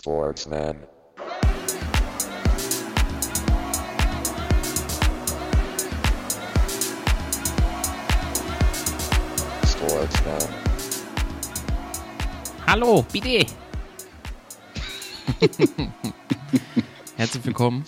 Sportsman. Sportsman. Hallo, bitte. Herzlich willkommen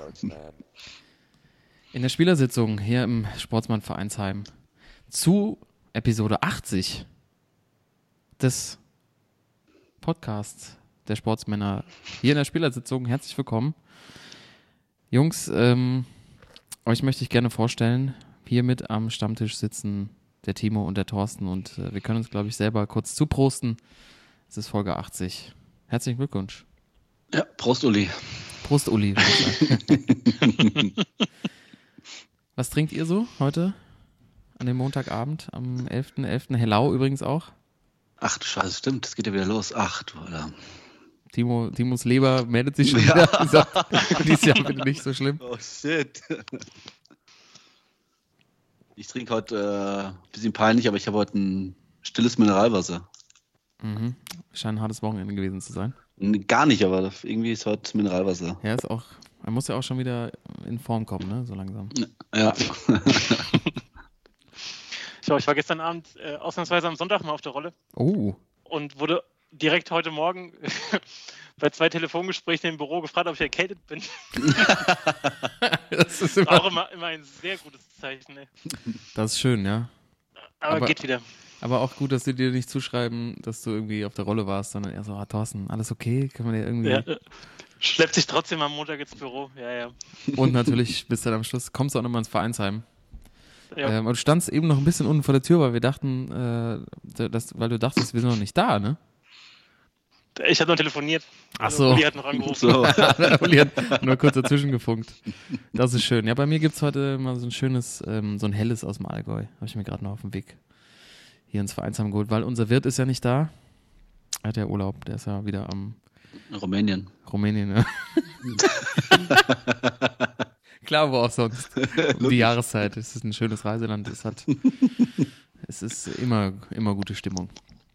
in der Spielersitzung hier im Sportsmann Vereinsheim zu Episode 80 des Podcasts der Sportsmänner hier in der Spielersitzung. Herzlich willkommen. Jungs, euch möchte ich gerne vorstellen, hier mit am Stammtisch sitzen der Timo und der Thorsten und wir können uns, glaube ich, selber kurz zuprosten. Es ist Folge 80. Herzlichen Glückwunsch. Ja, Prost, Uli. Prost, Uli. würde ich sagen. Was trinkt ihr so heute an dem Montagabend am 11.11.? Hellau übrigens auch. Ach du Scheiße, stimmt, das geht ja wieder los. Ach du Alter. Timos Leber meldet sich schon wieder und sagt, dieses Jahr bitte nicht so schlimm. Oh shit. Ich trinke heute, bisschen peinlich, aber ich habe heute ein stilles Mineralwasser. Mhm. Scheint ein hartes Wochenende gewesen zu sein. Gar nicht, aber irgendwie ist heute Mineralwasser. Ja, ist auch, man muss ja auch schon wieder in Form kommen, ne, so langsam. Ja. Ich war gestern Abend ausnahmsweise am Sonntag mal auf der Rolle. Oh. Und wurde direkt heute Morgen bei 2 Telefongesprächen im Büro gefragt, ob ich erkältet bin. Das ist auch immer ein sehr gutes Zeichen. Ey. Das ist schön, ja. Aber geht wieder. Aber auch gut, dass sie dir nicht zuschreiben, dass du irgendwie auf der Rolle warst, sondern eher so, Thorsten, alles okay? Kann man dir irgendwie... Ja, schleppt sich trotzdem am Montag ins Büro. Ja. Und natürlich bis dann am Schluss kommst du auch nochmal ins Vereinsheim. Ja. Und du standst eben noch ein bisschen unten vor der Tür, weil wir dachten, weil du dachtest, wir sind noch nicht da, ne? Ich hatte noch telefoniert. Ach so. Uli hat noch angerufen. So. Uli hat nur kurz dazwischen gefunkt. Das ist schön. Ja, bei mir gibt es heute mal so ein schönes, so ein helles aus dem Allgäu. Habe ich mir gerade noch auf dem Weg hier ins Vereinsheim geholt, weil unser Wirt ist ja nicht da. Er hat ja Urlaub, der ist ja wieder am Rumänien, ne? Klar, wo auch sonst. Um die Jahreszeit. Es ist ein schönes Reiseland. Es ist immer gute Stimmung.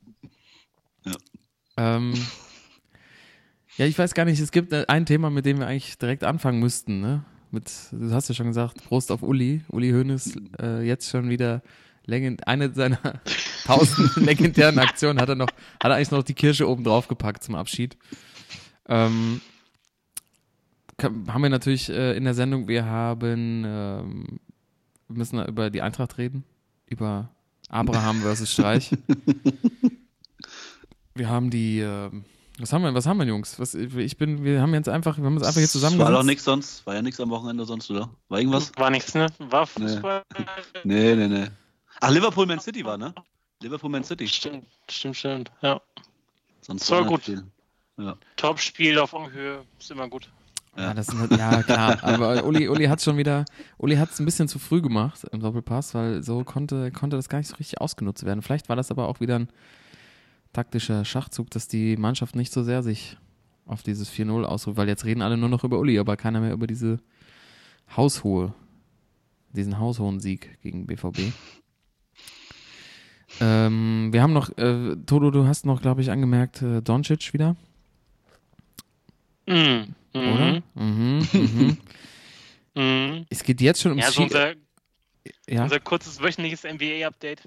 Ja. Ja, ich weiß gar nicht, es gibt ein Thema, mit dem wir eigentlich direkt anfangen müssten, ne? Du hast ja schon gesagt, Prost auf Uli. Uli Hoeneß, jetzt schon wieder eine seiner 1000 legendären Aktionen hat er eigentlich noch die Kirsche oben drauf gepackt zum Abschied. Haben wir natürlich in der Sendung, wir müssen über die Eintracht reden, über Abraham versus Streich. Wir haben die, was haben wir, Jungs? Wir haben uns einfach hier zusammengesetzt. War doch nichts sonst, war ja nichts am Wochenende sonst, oder? War irgendwas? War nichts, ne? War Fußball? Nee. Ach, Liverpool Man City war, ne? Liverpool Man City. Stimmt, ja. Sonst war gut. Viel. Ja. Top-Spiel auf Augenhöhe, ist immer gut. Ja, ja, klar. Aber Uli hat es ein bisschen zu früh gemacht im Doppelpass, weil so konnte das gar nicht so richtig ausgenutzt werden. Vielleicht war das aber auch wieder ein taktischer Schachzug, dass die Mannschaft nicht so sehr sich auf dieses 4-0 ausruht, weil jetzt reden alle nur noch über Uli, aber keiner mehr über diesen haushohen Sieg gegen BVB. Wir haben noch, Toto, du hast noch, glaube ich, angemerkt, Doncic wieder. Oder? Es geht jetzt schon ums unser kurzes wöchentliches NBA-Update.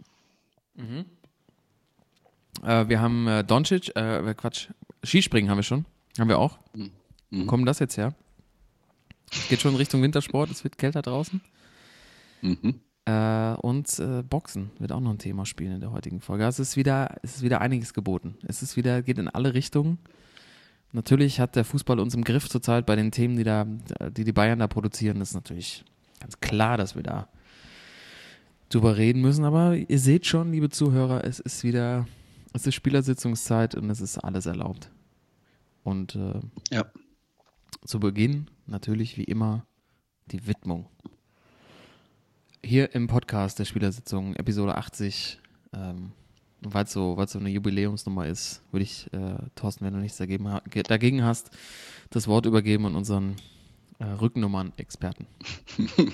Wir haben Doncic, Skispringen haben wir schon. Haben wir auch. Wo kommt das jetzt her? Geht schon in Richtung Wintersport, es wird kälter draußen. Und Boxen wird auch noch ein Thema spielen in der heutigen Folge. Es ist wieder einiges geboten. Geht in alle Richtungen. Natürlich hat der Fußball uns im Griff zurzeit bei den Themen, die Bayern da produzieren. Das ist natürlich ganz klar, dass wir da drüber reden müssen. Aber ihr seht schon, liebe Zuhörer, es ist Spielersitzungszeit und es ist alles erlaubt. Und zu Beginn natürlich wie immer die Widmung. Hier im Podcast der Spielersitzung, Episode 80, weil es so eine Jubiläumsnummer ist, würde ich, Thorsten, wenn du nichts dagegen hast, das Wort übergeben an unseren Rückennummern-Experten.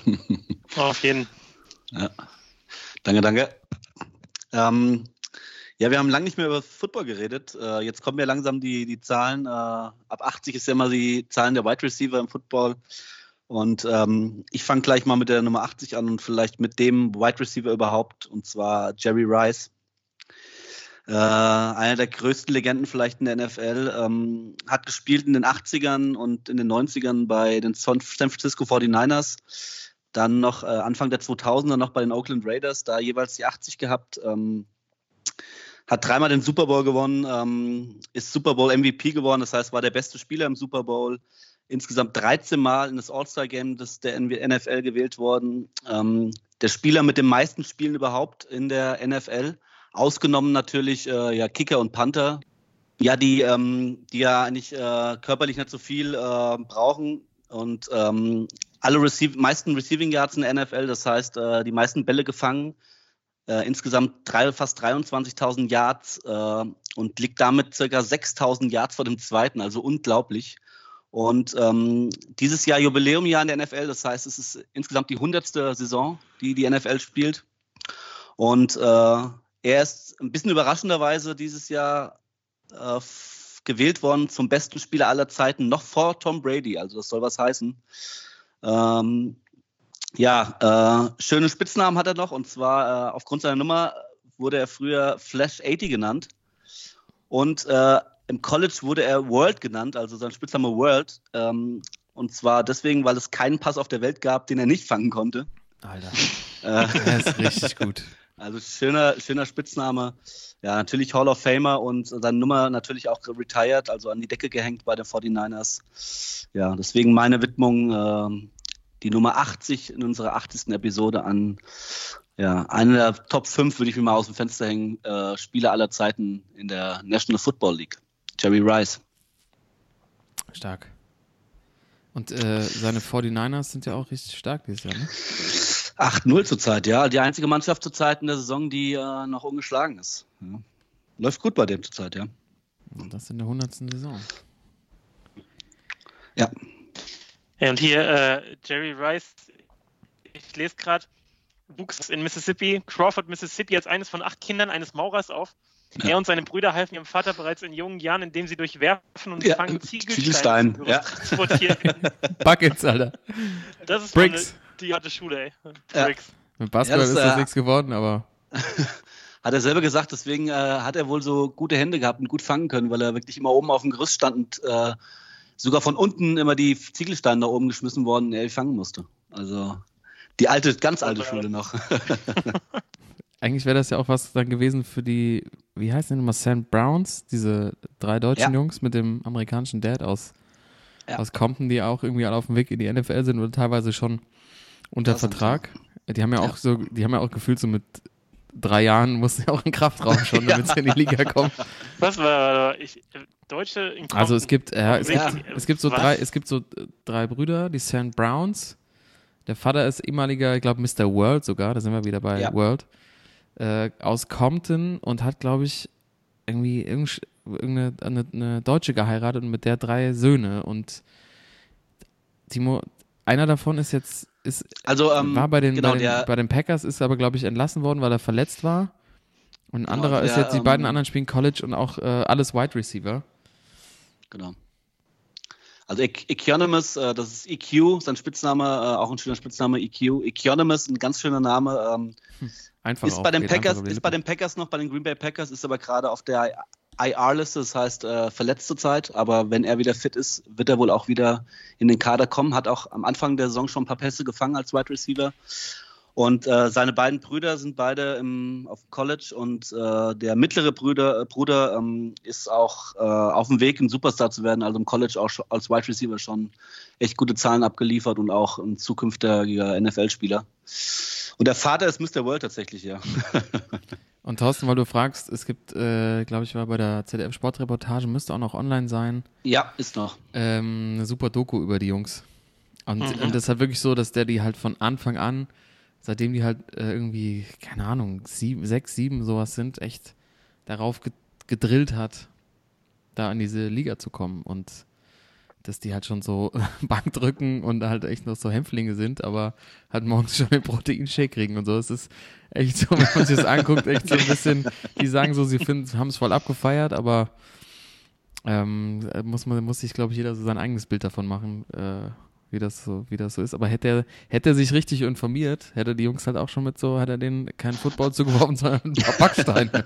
Auf jeden. Ja. Danke. Ja, wir haben lange nicht mehr über Football geredet. Jetzt kommen ja langsam die Zahlen. Ab 80 ist ja immer die Zahlen der Wide Receiver im Football. Und ich fange gleich mal mit der Nummer 80 an und vielleicht mit dem Wide Receiver überhaupt, und zwar Jerry Rice. Einer der größten Legenden vielleicht in der NFL, hat gespielt in den 80ern und in den 90ern bei den San Francisco 49ers, dann noch Anfang der 2000er noch bei den Oakland Raiders, da jeweils die 80 gehabt, hat 3-mal den Super Bowl gewonnen, ist Super Bowl MVP geworden, das heißt, war der beste Spieler im Super Bowl, insgesamt 13 Mal in das All-Star-Game der NFL gewählt worden, der Spieler mit den meisten Spielen überhaupt in der NFL, ausgenommen natürlich Kicker und Panther, die ja eigentlich körperlich nicht so viel brauchen und alle meisten Receiving Yards in der NFL, das heißt die meisten Bälle gefangen, insgesamt fast 23.000 Yards und liegt damit ca. 6.000 Yards vor dem zweiten, also unglaublich. Und dieses Jahr Jubiläumjahr in der NFL, das heißt, es ist insgesamt die 100. Saison, die NFL spielt. Und er ist ein bisschen überraschenderweise dieses Jahr gewählt worden zum besten Spieler aller Zeiten, noch vor Tom Brady. Also das soll was heißen. Schöne Spitznamen hat er noch. Und zwar aufgrund seiner Nummer wurde er früher Flash 80 genannt. Und im College wurde er World genannt, also sein Spitzname World. Und zwar deswegen, weil es keinen Pass auf der Welt gab, den er nicht fangen konnte. Alter, der ist richtig gut. Also schöner Spitzname. Ja, natürlich Hall of Famer und seine Nummer natürlich auch retired, also an die Decke gehängt bei den 49ers. Ja, deswegen meine Widmung, die Nummer 80 in unserer 80. Episode an einer der Top 5, würde ich mir mal aus dem Fenster hängen, Spieler aller Zeiten in der National Football League. Jerry Rice. Stark. Und seine 49ers sind ja auch richtig stark dieses Jahr, ne? 8-0 zurzeit, ja. Die einzige Mannschaft zurzeit in der Saison, die noch ungeschlagen ist. Ja. Läuft gut bei dem zurzeit, ja. Und das in der 100. Saison. Ja. Ja, und hier Jerry Rice, ich lese gerade, wuchs in Mississippi, Crawford, Mississippi, als eines von 8 Kindern eines Maurers auf. Ja. Er und seine Brüder halfen ihrem Vater bereits in jungen Jahren, indem sie durch Werfen und Fangen Ziegelsteine transportierten. Buckets, Alter. Das ist Bricks. Die harte Schule, ey. Ja. Bricks. Mit Basketball ist das nichts geworden, aber... Hat er selber gesagt, deswegen hat er wohl so gute Hände gehabt und gut fangen können, weil er wirklich immer oben auf dem Gerüst stand und sogar von unten immer die Ziegelsteine da oben geschmissen worden und er die fangen musste. Also die ganz alte Schule noch. Eigentlich wäre das ja auch was dann gewesen für die, wie heißen die nochmal, St. Browns, diese 3 deutschen Jungs mit dem amerikanischen Dad aus Compton, die auch irgendwie alle auf dem Weg in die NFL sind oder teilweise schon unter Vertrag. Die haben ja auch gefühlt so mit 3 Jahren mussten ja auch in Kraftraum schon, damit sie in die Liga kommen. Was war Deutsche in Compton? Also es gibt so 3 Brüder, die St. Browns. Der Vater ist ehemaliger, ich glaube Mr. World sogar, da sind wir wieder bei World. Aus Compton und hat, glaube ich, irgendwie eine Deutsche geheiratet und mit der 3 Söhne. Und Timo, einer davon war bei den Packers, ist aber, glaube ich, entlassen worden, weil er verletzt war. Und ein anderer ist jetzt, die beiden anderen spielen College und auch alles Wide Receiver. Genau. Also Economist, das ist EQ, sein Spitzname, auch ein schöner Spitzname, EQ. Economist, ein ganz schöner Name. Einfach ist bei den Packers noch, bei den Green Bay Packers, ist aber gerade auf der IR-Liste, das heißt verletzt zurzeit, aber wenn er wieder fit ist, wird er wohl auch wieder in den Kader kommen, hat auch am Anfang der Saison schon ein paar Pässe gefangen als Wide Receiver und seine beiden Brüder sind beide auf dem College und der mittlere Bruder ist auch auf dem Weg, ein Superstar zu werden, also im College auch als Wide Receiver schon echt gute Zahlen abgeliefert und auch ein zukünftiger NFL-Spieler. Und der Vater ist Mr. World tatsächlich, ja. Und Thorsten, weil du fragst, es gibt, glaube ich, war bei der ZDF-Sportreportage, müsste auch noch online sein. Ja, ist noch. Eine super Doku über die Jungs. Und das ist halt wirklich so, dass der die halt von Anfang an, seitdem die halt irgendwie, keine Ahnung, 6, 7 sowas sind, echt darauf gedrillt hat, da in diese Liga zu kommen. Und dass die halt schon so Bankdrücken und halt echt noch so Hämpflinge sind, aber halt morgens schon den Proteinshake kriegen und so. Es ist echt so, wenn man sich das anguckt, echt so ein bisschen, die sagen so, sie haben es voll abgefeiert, aber muss sich, glaube ich, jeder so sein eigenes Bild davon machen, wie das so ist. Aber hätte er sich richtig informiert, hätte die Jungs halt auch schon hat er denen keinen Football zugeworfen, sondern ein paar Backsteine.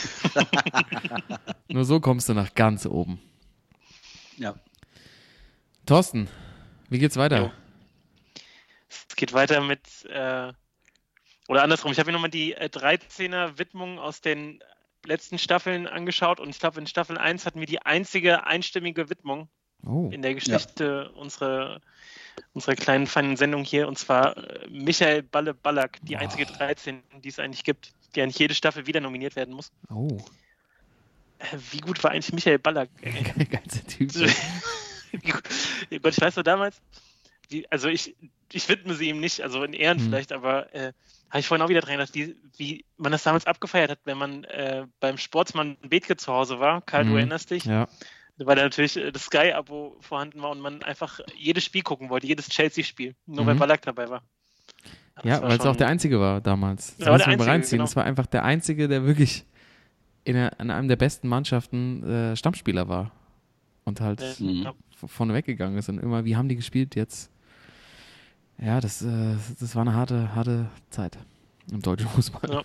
Nur so kommst du nach ganz oben. Ja. Thorsten, wie geht's weiter? Jo. Es geht weiter mit, oder andersrum, ich habe mir nochmal die 13er-Widmung aus den letzten Staffeln angeschaut und ich glaube, in Staffel 1 hatten wir die einzige einstimmige Widmung in der Geschichte unserer kleinen, feinen Sendung hier, und zwar Michael Ballack, die einzige 13, die es eigentlich gibt, die eigentlich jede Staffel wieder nominiert werden muss. Oh. Wie gut war eigentlich Michael Ballack? Ganzer Typ. Gott, ich weiß noch damals, also ich widme sie ihm nicht, also in Ehren vielleicht, aber habe ich vorhin auch wieder dran gedacht, wie man das damals abgefeiert hat, wenn man beim Sportsmann Bethke zu Hause war. Karl, du erinnerst dich? Ja. Weil da natürlich das Sky-Abo vorhanden war und man einfach jedes Spiel gucken wollte, jedes Chelsea-Spiel, nur weil Ballack dabei war. Ja, weil es auch der Einzige war damals. Das war muss der man mal Einzige, reinziehen. genau. Das war einfach der Einzige, der wirklich in einem der besten Mannschaften Stammspieler war. Und halt vorne weggegangen ist. Und immer, wie haben die gespielt jetzt? Ja, das war eine harte Zeit im deutschen Fußball.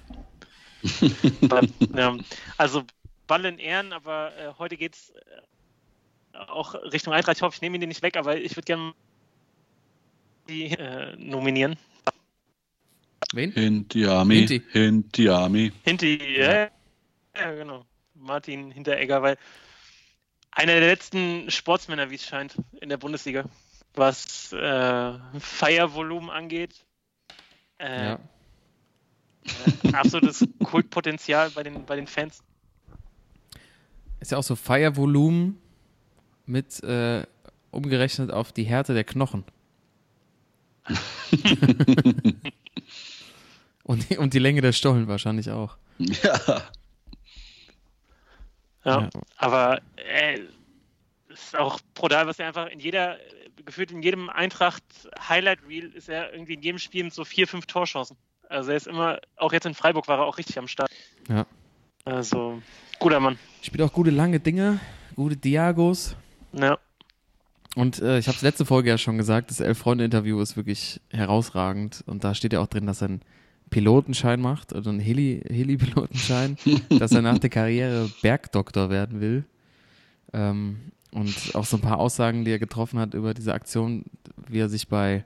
Ja. Also Ball in Ehren, aber heute geht's auch Richtung Eintracht. Ich hoffe, ich nehme ihn nicht weg, aber ich würde gerne die nominieren. Wen? Hinti. Hinti, ja, genau. Martin Hinteregger, weil einer der letzten Sportsmänner, wie es scheint, in der Bundesliga, was Feiervolumen angeht. Absolutes Kultpotenzial bei den Fans. Ist ja auch so Feiervolumen mit umgerechnet auf die Härte der Knochen. und die Länge der Stollen wahrscheinlich auch. Ja. Aber es ist auch brutal, was er einfach gefühlt in jedem Eintracht-Highlight-Reel ist er irgendwie in jedem Spiel mit so 4-5 Torchancen. Also er ist immer, auch jetzt in Freiburg war er auch richtig am Start. Ja. Also, guter Mann. Spielt auch gute lange Dinge, gute Diagos. Ja. Und ich habe es letzte Folge ja schon gesagt, das Elf-Freunde-Interview ist wirklich herausragend. Und da steht ja auch drin, dass er einen Pilotenschein macht, oder einen Heli-Pilotenschein, dass er nach der Karriere Bergdoktor werden will. Und auch so ein paar Aussagen, die er getroffen hat über diese Aktion, wie er sich bei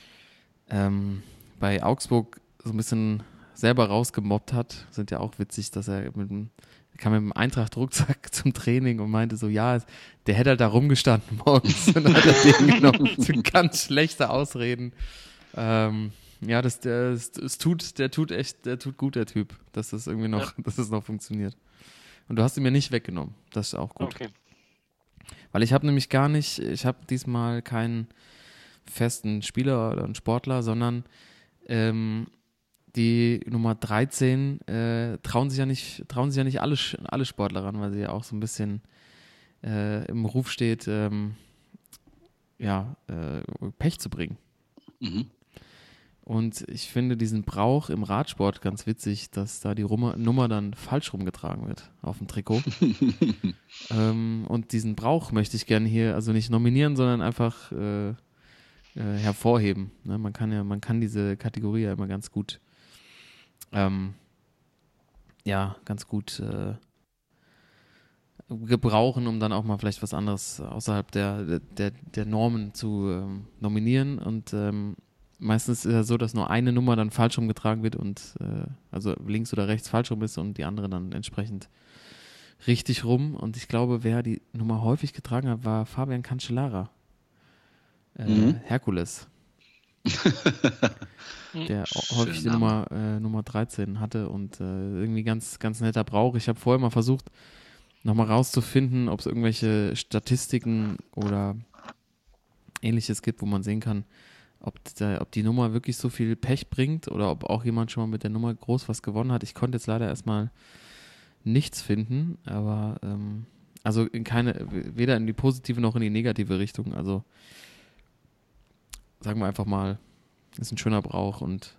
Augsburg so ein bisschen selber rausgemobbt hat, sind ja auch witzig, dass er kam mit dem Eintracht-Rucksack zum Training und meinte so, ja, der hätte halt da rumgestanden morgens und dann hat er den genommen. So ganz schlechte Ausreden. Ja, der tut gut, der Typ, dass das irgendwie noch, dass das noch funktioniert. Und du hast ihn mir nicht weggenommen. Das ist auch gut. Okay. Weil ich habe diesmal keinen festen Spieler oder einen Sportler, sondern die Nummer 13 trauen sich ja nicht alle Sportler ran, weil sie ja auch so ein bisschen im Ruf steht, Pech zu bringen. Mhm. Und ich finde diesen Brauch im Radsport ganz witzig, dass da die Nummer dann falsch rumgetragen wird auf dem Trikot. Und diesen Brauch möchte ich gerne hier, also nicht nominieren, sondern einfach hervorheben. Ne? Man kann diese Kategorie ja immer ganz gut gebrauchen, um dann auch mal vielleicht was anderes außerhalb der Normen zu nominieren. Und meistens ist es so, dass nur eine Nummer dann falsch rumgetragen wird und also links oder rechts falsch rum ist und die andere dann entsprechend richtig rum. Und ich glaube, wer die Nummer häufig getragen hat, war Fabian Cancellara. Herkules. Der häufig die Nummer 13 hatte und irgendwie ganz, ganz netter Brauch. Ich habe vorher mal versucht, nochmal rauszufinden, ob es irgendwelche Statistiken oder Ähnliches gibt, wo man sehen kann, ob die Nummer wirklich so viel Pech bringt oder ob auch jemand schon mal mit der Nummer groß was gewonnen hat. Ich konnte jetzt leider erstmal nichts finden, aber Also weder in die positive noch in die negative Richtung. Also sagen wir einfach mal, ist ein schöner Brauch und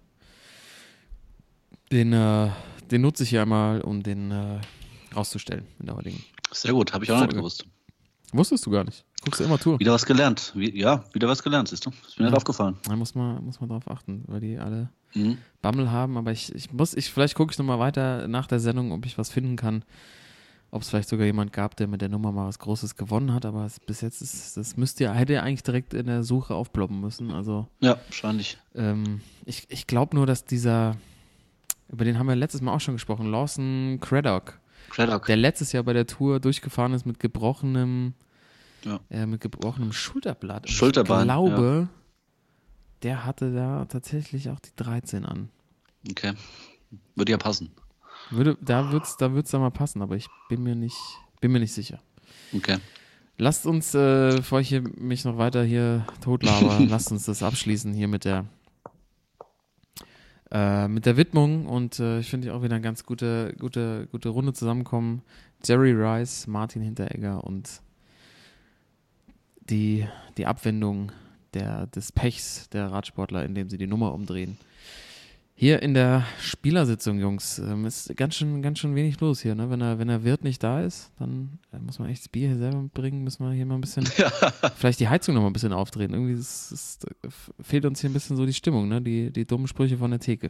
den nutze ich hier einmal, um den rauszustellen in der heutigen. Sehr gut, habe ich auch Folge. nicht gewusst. Wusstest du gar nicht. Guckst du immer Tour. Wieder was gelernt. Wieder was gelernt, siehst du. Ist mir nicht aufgefallen. Da muss man drauf achten, weil die alle Mhm. Bammel haben. Aber vielleicht gucke ich nochmal weiter nach der Sendung, ob ich was finden kann. Ob es vielleicht sogar jemand gab, der mit der Nummer mal was Großes gewonnen hat. Aber bis jetzt hätte ja eigentlich direkt in der Suche aufploppen müssen. Also Ja, wahrscheinlich. ich glaube nur, dass über den haben wir letztes Mal auch schon gesprochen, Lawson Craddock, der letztes Jahr bei der Tour durchgefahren ist mit gebrochenem Schulterblatt. Und Schulterband, ich glaube, der hatte da tatsächlich auch die 13 an. Okay. Würde ja passen. Da wird's mal passen, aber ich bin mir nicht sicher. Okay. Lasst uns, bevor ich mich noch weiter hier totlaber, lasst uns das abschließen hier mit der Widmung und ich finde auch wieder eine ganz gute Runde zusammenkommen. Jerry Rice, Martin Hinteregger und die Abwendung des Pechs der Radsportler, indem sie die Nummer umdrehen. Hier in der Spielersitzung, Jungs, ist ganz schön wenig los hier. Ne? Wenn der Wirt nicht da ist, dann muss man echt das Bier hier selber bringen, müssen wir hier mal ein bisschen, vielleicht die Heizung noch mal ein bisschen aufdrehen. Irgendwie fehlt uns hier ein bisschen so die Stimmung, ne? Die dummen Sprüche von der Theke.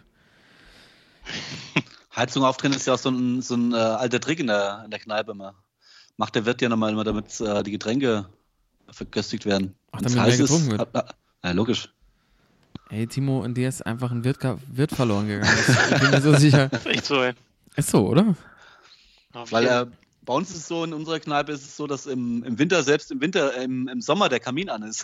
Heizung aufdrehen ist ja auch so ein alter Trick in der Kneipe immer. Macht der Wirt ja nochmal immer, damit die Getränke verköstigt werden. Ach, damit mehr getrunken wird? Ja, logisch. Hey Timo, in dir ist einfach ein Wirt verloren gegangen. Ich bin mir so sicher. Das ist echt so, ey. Ist so, oder? Weil bei uns ist es so, in unserer Kneipe ist es so, dass im Winter, selbst im Sommer der Kamin an ist.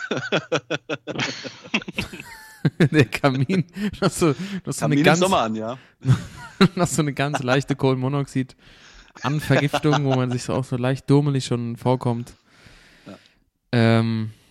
Der Kamin. Das so Kamin im Sommer an, ja. Noch so eine ganz leichte Kohlenmonoxid-Anvergiftung, wo man sich so auch so leicht dummelig schon vorkommt. Ja.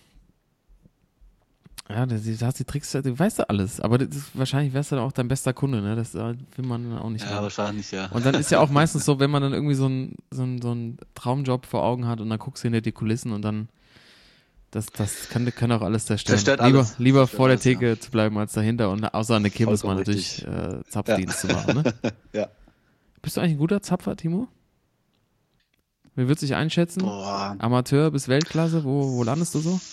Ja, du hast die Tricks, du weißt ja alles, aber wahrscheinlich wärst du dann auch dein bester Kunde, ne? Das will man dann auch nicht Ja, machen. wahrscheinlich, ja. Und dann ist ja auch meistens so, wenn man dann irgendwie so einen Traumjob vor Augen hat und dann guckst du hinter die Kulissen und dann das kann auch alles zerstören. Lieber vor der Theke zu bleiben als dahinter und außer an der Kirmes mal natürlich Zapfdienst zu machen, ne? Ja. Bist du eigentlich ein guter Zapfer, Timo? Wie würdest du dich einschätzen? Boah. Amateur bis Weltklasse, wo landest du so?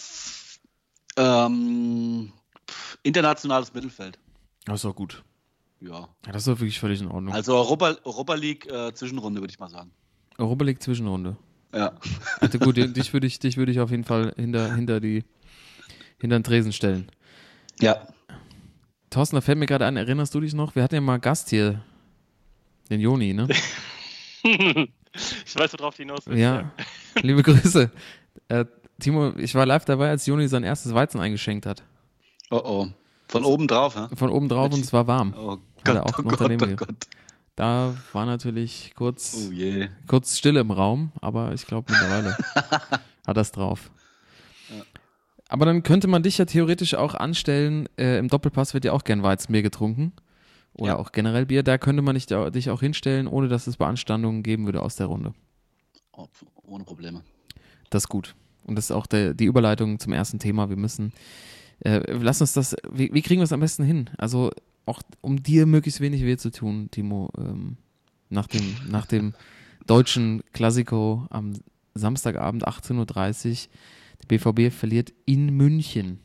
Internationales Mittelfeld. Das ist doch gut. Ja. Das ist doch wirklich völlig in Ordnung. Also Europa League Zwischenrunde, würde ich mal sagen. Europa League Zwischenrunde. Ja. Also gut, dich würde ich auf jeden Fall hinter den Tresen stellen. Ja. Thorsten, da fällt mir gerade an, erinnerst du dich noch? Wir hatten ja mal Gast hier, den Joni, ne? Ich weiß, worauf du hinaus willst. Ja, liebe Grüße. Timo, ich war live dabei, als Joni sein erstes Weizen eingeschenkt hat. Oh. Von oben drauf, hä? Von oben drauf und es war warm. Oh Hat er Gott, auch oh noch Gott, daneben oh gegeben. Gott. Da war natürlich kurz Oh je. Stille im Raum, aber ich glaube mittlerweile hat das drauf. Ja. Aber dann könnte man dich ja theoretisch auch anstellen, im Doppelpass wird ja auch gern Weizenbier getrunken oder auch generell Bier, da könnte man dich auch hinstellen, ohne dass es Beanstandungen geben würde aus der Runde. Oh, ohne Probleme. Das ist gut. Und das ist auch die Überleitung zum ersten Thema. Wir müssen, lass uns das, wie kriegen wir es am besten hin? Also auch um dir möglichst wenig weh zu tun, Timo, nach dem deutschen Klassiko am Samstagabend 18:30 Uhr. Die BVB verliert in München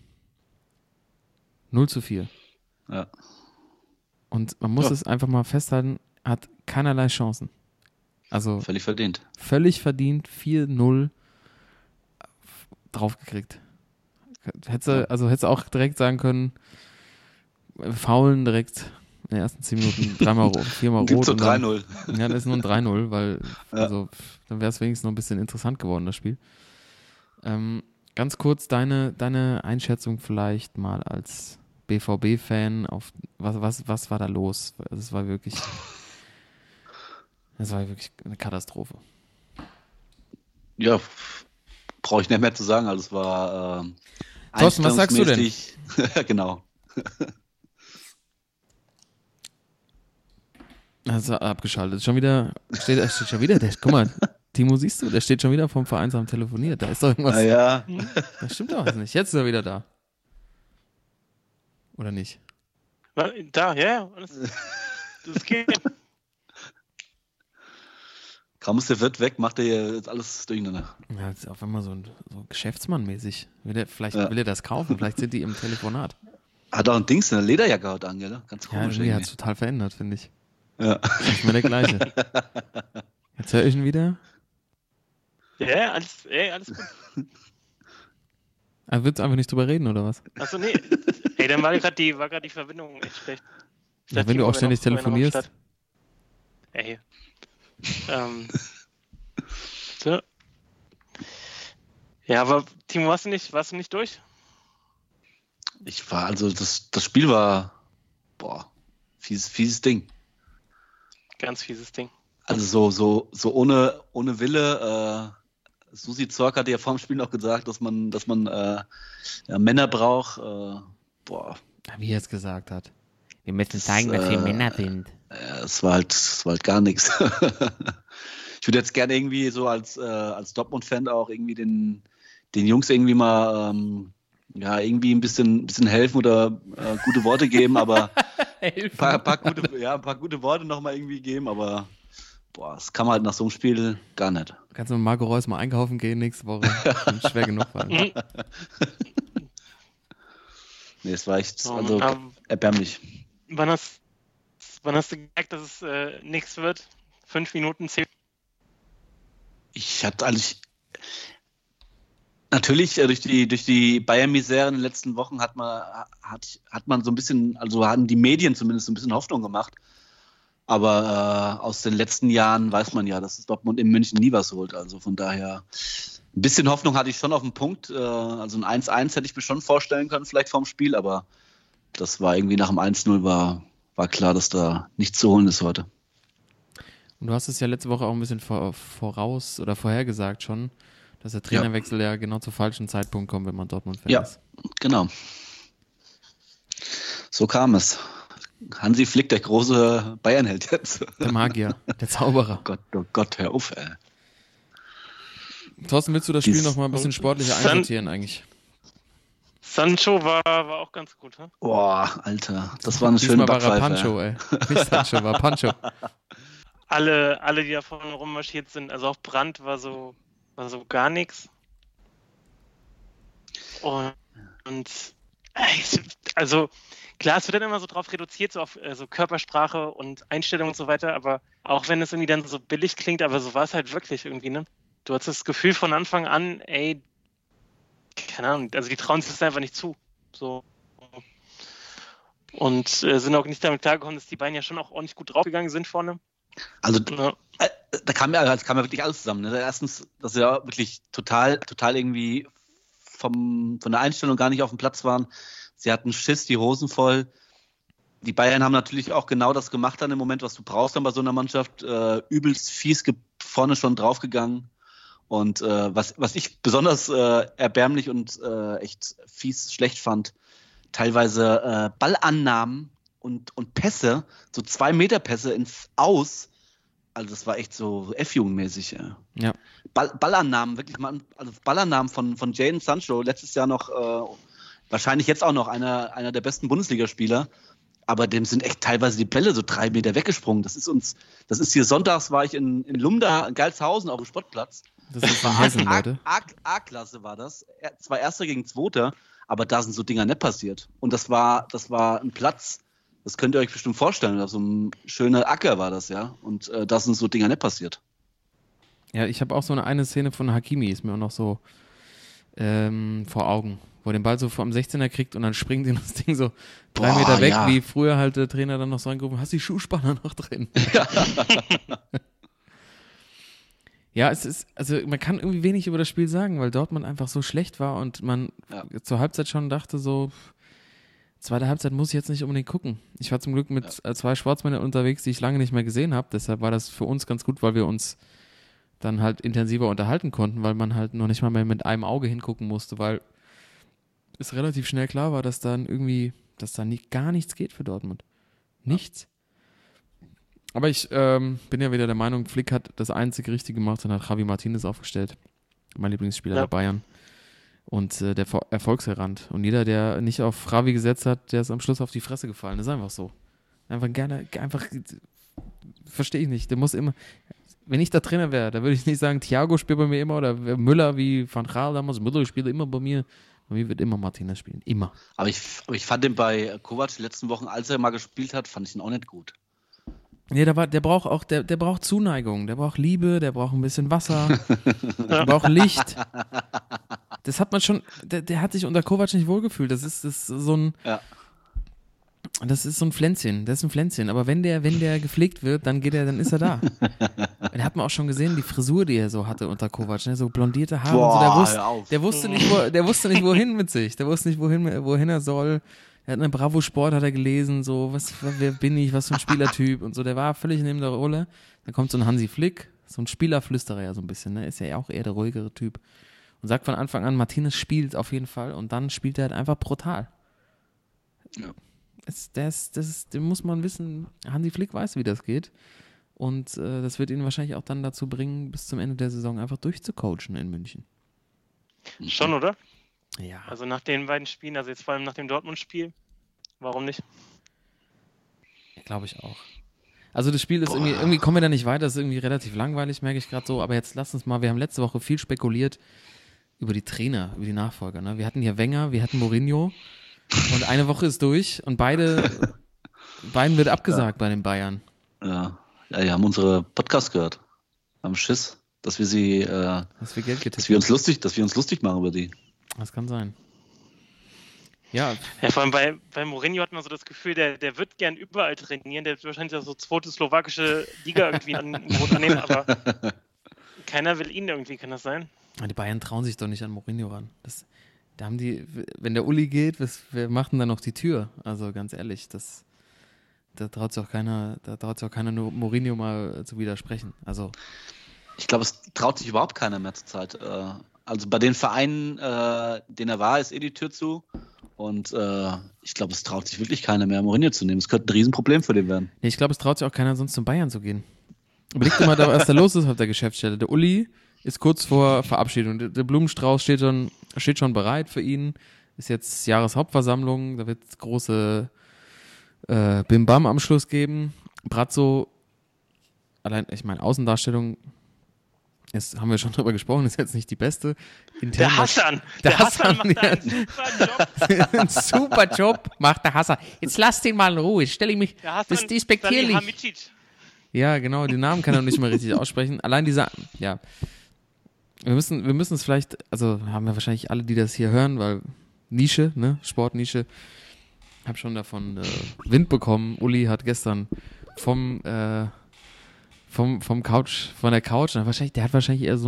0:4. Ja. Und man muss es einfach mal festhalten, hat keinerlei Chancen. Also Völlig verdient. völlig verdient 4-0 draufgekriegt. Hättest du auch direkt sagen können, faulen direkt in den ersten 10 Minuten 4-mal Gibt's rot. so 3-0. Ja, das ist nur ein 3-0, weil dann wäre es wenigstens noch ein bisschen interessant geworden, das Spiel. Ganz kurz deine Einschätzung vielleicht mal als BVB-Fan auf was war da los? Das war wirklich eine Katastrophe. Ja, brauche ich nicht mehr zu sagen. Also es war Thorsten, was sagst du denn? einstellungsmäßig- Genau. Also abgeschaltet. Steht schon wieder, guck mal, Timo, siehst du, der steht schon wieder vom Vereinsheim telefoniert. Da ist doch irgendwas. Naja, Das stimmt doch was nicht. Jetzt ist er wieder da. Oder nicht? Da, ja. Das geht. kaum ist der Wirt weg, macht er jetzt alles durcheinander. Ja, das ist auf einmal so Geschäftsmann-mäßig. Vielleicht Ja. will er das kaufen, vielleicht sind die im Telefonat. Hat auch ein Dings, eine Lederjacke heute an, gell? Ganz Ja, komisch irgendwie hat es irgendwie. total verändert, finde ich. Ja. Das ist nicht mehr der gleiche. Jetzt höre ich ihn wieder. Ja, alles gut. Er wird einfach nicht drüber reden, oder was? Achso, nee. Ey, dann war gerade die Verbindung echt schlecht. Ich Ja, dachte, wenn du Timo auch ständig wäre noch am telefonierst. Start. Ey. So. Ja, aber Timo, warst du nicht durch? Also das Spiel war, fieses Ding. Ganz fieses Ding. Also so ohne Wille. Susi Zorc hatte ja vor dem Spiel noch gesagt, dass man Männer braucht. Wie er es gesagt hat. Wir müssen zeigen, dass wir Männer sind. Es war halt gar nichts. Ich würde jetzt gerne irgendwie so als Dortmund-Fan auch irgendwie den Jungs irgendwie mal irgendwie ein bisschen helfen oder gute Worte geben, aber ein paar gute Worte nochmal irgendwie geben, aber das kann man halt nach so einem Spiel gar nicht. Kannst du mit Marco Reus mal einkaufen gehen nächste Woche? Schon schwer genug war. Nee, es war echt So, erbärmlich. wann hast du gemerkt, dass es nichts wird? 5 Minuten, 10. Ich hatte eigentlich natürlich durch die Bayern-Misere in den letzten Wochen hat man so ein bisschen, also hatten die Medien zumindest so ein bisschen Hoffnung gemacht. Aber aus den letzten Jahren weiß man ja, dass Dortmund in München nie was holt. Also von daher ein bisschen Hoffnung hatte ich schon auf den Punkt. Also ein 1-1 hätte ich mir schon vorstellen können, vielleicht vorm Spiel, aber das war irgendwie nach dem 1-0 war klar, dass da nichts zu holen ist heute. Und du hast es ja letzte Woche auch ein bisschen vorhergesagt schon, dass der Trainerwechsel ja genau zum falschen Zeitpunkt kommt, wenn man Dortmund-Fan ist. Genau. So kam es. Hansi Flick, der große Bayern-Held jetzt. Der Magier, der Zauberer. Oh Gott, hör auf, ey. Thorsten, willst du das Spiel noch mal ein bisschen sportlicher einsortieren eigentlich? Sancho war auch ganz gut, hä? Boah, Alter, das war eine schöne Diesmal war er Backpfeife. Pancho, ey. Nicht Sancho, war Pancho. Alle, die da vorne rummarschiert sind, also auch Brandt war so gar nichts. Und also klar, es wird dann immer so drauf reduziert, so auf so Körpersprache und Einstellung und so weiter, aber auch wenn es irgendwie dann so billig klingt, aber so war es halt wirklich irgendwie, ne? Du hattest das Gefühl von Anfang an, ey, keine Ahnung, also die trauen sich das einfach nicht zu. So. Und sind auch nicht damit klargekommen, dass die beiden ja schon auch ordentlich gut draufgegangen sind vorne. Also Ja. da kam ja wirklich alles zusammen. Ne? Erstens, dass sie ja wirklich total irgendwie von der Einstellung gar nicht auf dem Platz waren. Sie hatten Schiss, die Hosen voll. Die Bayern haben natürlich auch genau das gemacht dann im Moment, was du brauchst dann bei so einer Mannschaft. Übelst fies vorne schon draufgegangen. Und was ich besonders erbärmlich und echt fies schlecht fand, teilweise Ballannahmen und Pässe, so 2-Meter-Pässe ins Aus. Also das war echt so F-Jugendmäßig. Ja. Ballannahmen, wirklich mal, also Ballannahmen von Jadon Sancho, letztes Jahr noch, wahrscheinlich jetzt auch noch einer der besten Bundesligaspieler. Aber dem sind echt teilweise die Bälle so 3 Meter weggesprungen. Das ist hier sonntags war ich in Lumda, in Geilshausen auf dem Sportplatz. Das ist von Hessen, Leute. A-Klasse war das. Zwar Erster gegen Zweiter, aber da sind so Dinger nicht passiert. Und das war ein Platz, das könnt ihr euch bestimmt vorstellen. So ein schöner Acker war das, ja. Und da sind so Dinger nicht passiert. Ja, ich habe auch so eine Szene von Hakimi, ist mir auch noch so vor Augen, wo er den Ball so vom 16er kriegt und dann springt ihn das Ding so 3 Meter weg, wie früher halt der Trainer dann noch so angerufen, hast du die Schuhspanner noch drin? Ja, es ist, also man kann irgendwie wenig über das Spiel sagen, weil Dortmund einfach so schlecht war und man zur Halbzeit schon dachte so, zweite Halbzeit muss ich jetzt nicht unbedingt gucken. Ich war zum Glück mit 2 Sportsmännern unterwegs, die ich lange nicht mehr gesehen habe, deshalb war das für uns ganz gut, weil wir uns dann halt intensiver unterhalten konnten, weil man halt noch nicht mal mehr mit einem Auge hingucken musste, weil es relativ schnell klar war, dass da gar nichts geht für Dortmund. Nichts. Aber ich bin ja wieder der Meinung, Flick hat das einzige Richtige gemacht und hat Javi Martinez aufgestellt. Mein Lieblingsspieler der Bayern. Und der erfolgsherrant. Und jeder, der nicht auf Javi gesetzt hat, der ist am Schluss auf die Fresse gefallen. Das ist einfach so. Einfach, verstehe ich nicht. Der muss immer, wenn ich der Trainer wäre, da würde ich nicht sagen, Thiago spielt bei mir immer oder Müller wie Van Gaal damals. Müller spielt immer bei mir. Bei mir wird immer Martinez spielen. Immer. Aber ich fand den bei Kovac die letzten Wochen, als er mal gespielt hat, fand ich ihn auch nicht gut. Nee, der braucht Zuneigung, der braucht Liebe, der braucht ein bisschen Wasser, der braucht Licht. Das hat man schon, der hat sich unter Kovac nicht wohlgefühlt. Das ist so ein Pflänzchen, das ist ein Pflänzchen. Aber wenn der gepflegt wird, dann ist er da. Da hat man auch schon gesehen, die Frisur, die er so hatte unter Kovac, ne? So blondierte Haare. Boah, und so. hör auf. Der wusste nicht, wohin mit sich. Der wusste nicht, wohin er soll. Er hat eine Bravo Sport, hat er gelesen, so, wer bin ich, was für ein Spielertyp und so. Der war völlig neben der Rolle. Dann kommt so ein Hansi Flick, so ein Spielerflüsterer ja so ein bisschen, ne? Ist ja auch eher der ruhigere Typ. Und sagt von Anfang an, Martinez spielt auf jeden Fall und dann spielt er halt einfach brutal. Ja. Den muss man wissen, Hansi Flick weiß, wie das geht. Und das wird ihn wahrscheinlich auch dann dazu bringen, bis zum Ende der Saison einfach durchzucoachen in München. Schon, oder? Ja. Also nach den beiden Spielen, also jetzt vor allem nach dem Dortmund-Spiel, warum nicht? Glaube ich auch. Also das Spiel ist irgendwie kommen wir da nicht weiter, das ist irgendwie relativ langweilig, merke ich gerade so. Aber jetzt lass uns mal, wir haben letzte Woche viel spekuliert über die Trainer, über die Nachfolger. Ne? Wir hatten hier Wenger, wir hatten Mourinho und eine Woche ist durch und beiden wird abgesagt bei den Bayern. Ja, die haben unsere Podcasts gehört. Haben Schiss, dass wir sie, dass wir Geld dass wir uns lustig machen über die. Das kann sein. Ja. Ja, vor allem bei Mourinho hat man so das Gefühl, der wird gern überall trainieren, der wird wahrscheinlich auch so zweite slowakische Liga irgendwie annehmen, aber keiner will ihn irgendwie, kann das sein? Die Bayern trauen sich doch nicht an Mourinho ran. Da haben wenn der Uli geht, wer macht denn dann noch die Tür? Also ganz ehrlich, da traut sich auch keiner nur Mourinho mal zu widersprechen. Also ich glaube, es traut sich überhaupt keiner mehr zur Zeit. Also bei den Vereinen, den er war, ist die Tür zu. Und ich glaube, es traut sich wirklich keiner mehr, Mourinho zu nehmen. Es könnte ein Riesenproblem für den werden. Nee, ich glaube, es traut sich auch keiner, sonst zum Bayern zu gehen. Überleg dir mal, was da los ist auf der Geschäftsstelle. Der Uli ist kurz vor Verabschiedung. Der Blumenstrauß steht schon bereit für ihn. Ist jetzt Jahreshauptversammlung. Da wird es große Bim-Bam am Schluss geben. Brazzo, allein, ich meine, Außendarstellung, haben wir schon drüber gesprochen, ist jetzt nicht die beste. Der Hassan macht einen super Job. Einen super Job macht der Hassan. Jetzt lass den mal in Ruhe. Stelle ich mich, das ist despektierlich. Ja, genau, den Namen kann er nicht mehr richtig aussprechen. Allein dieser, ja. Wir müssen es vielleicht, also haben wir wahrscheinlich alle, die das hier hören, weil Nische, ne, Sportnische, habe schon davon Wind bekommen. Uli hat gestern von der Couch, der hat wahrscheinlich eher so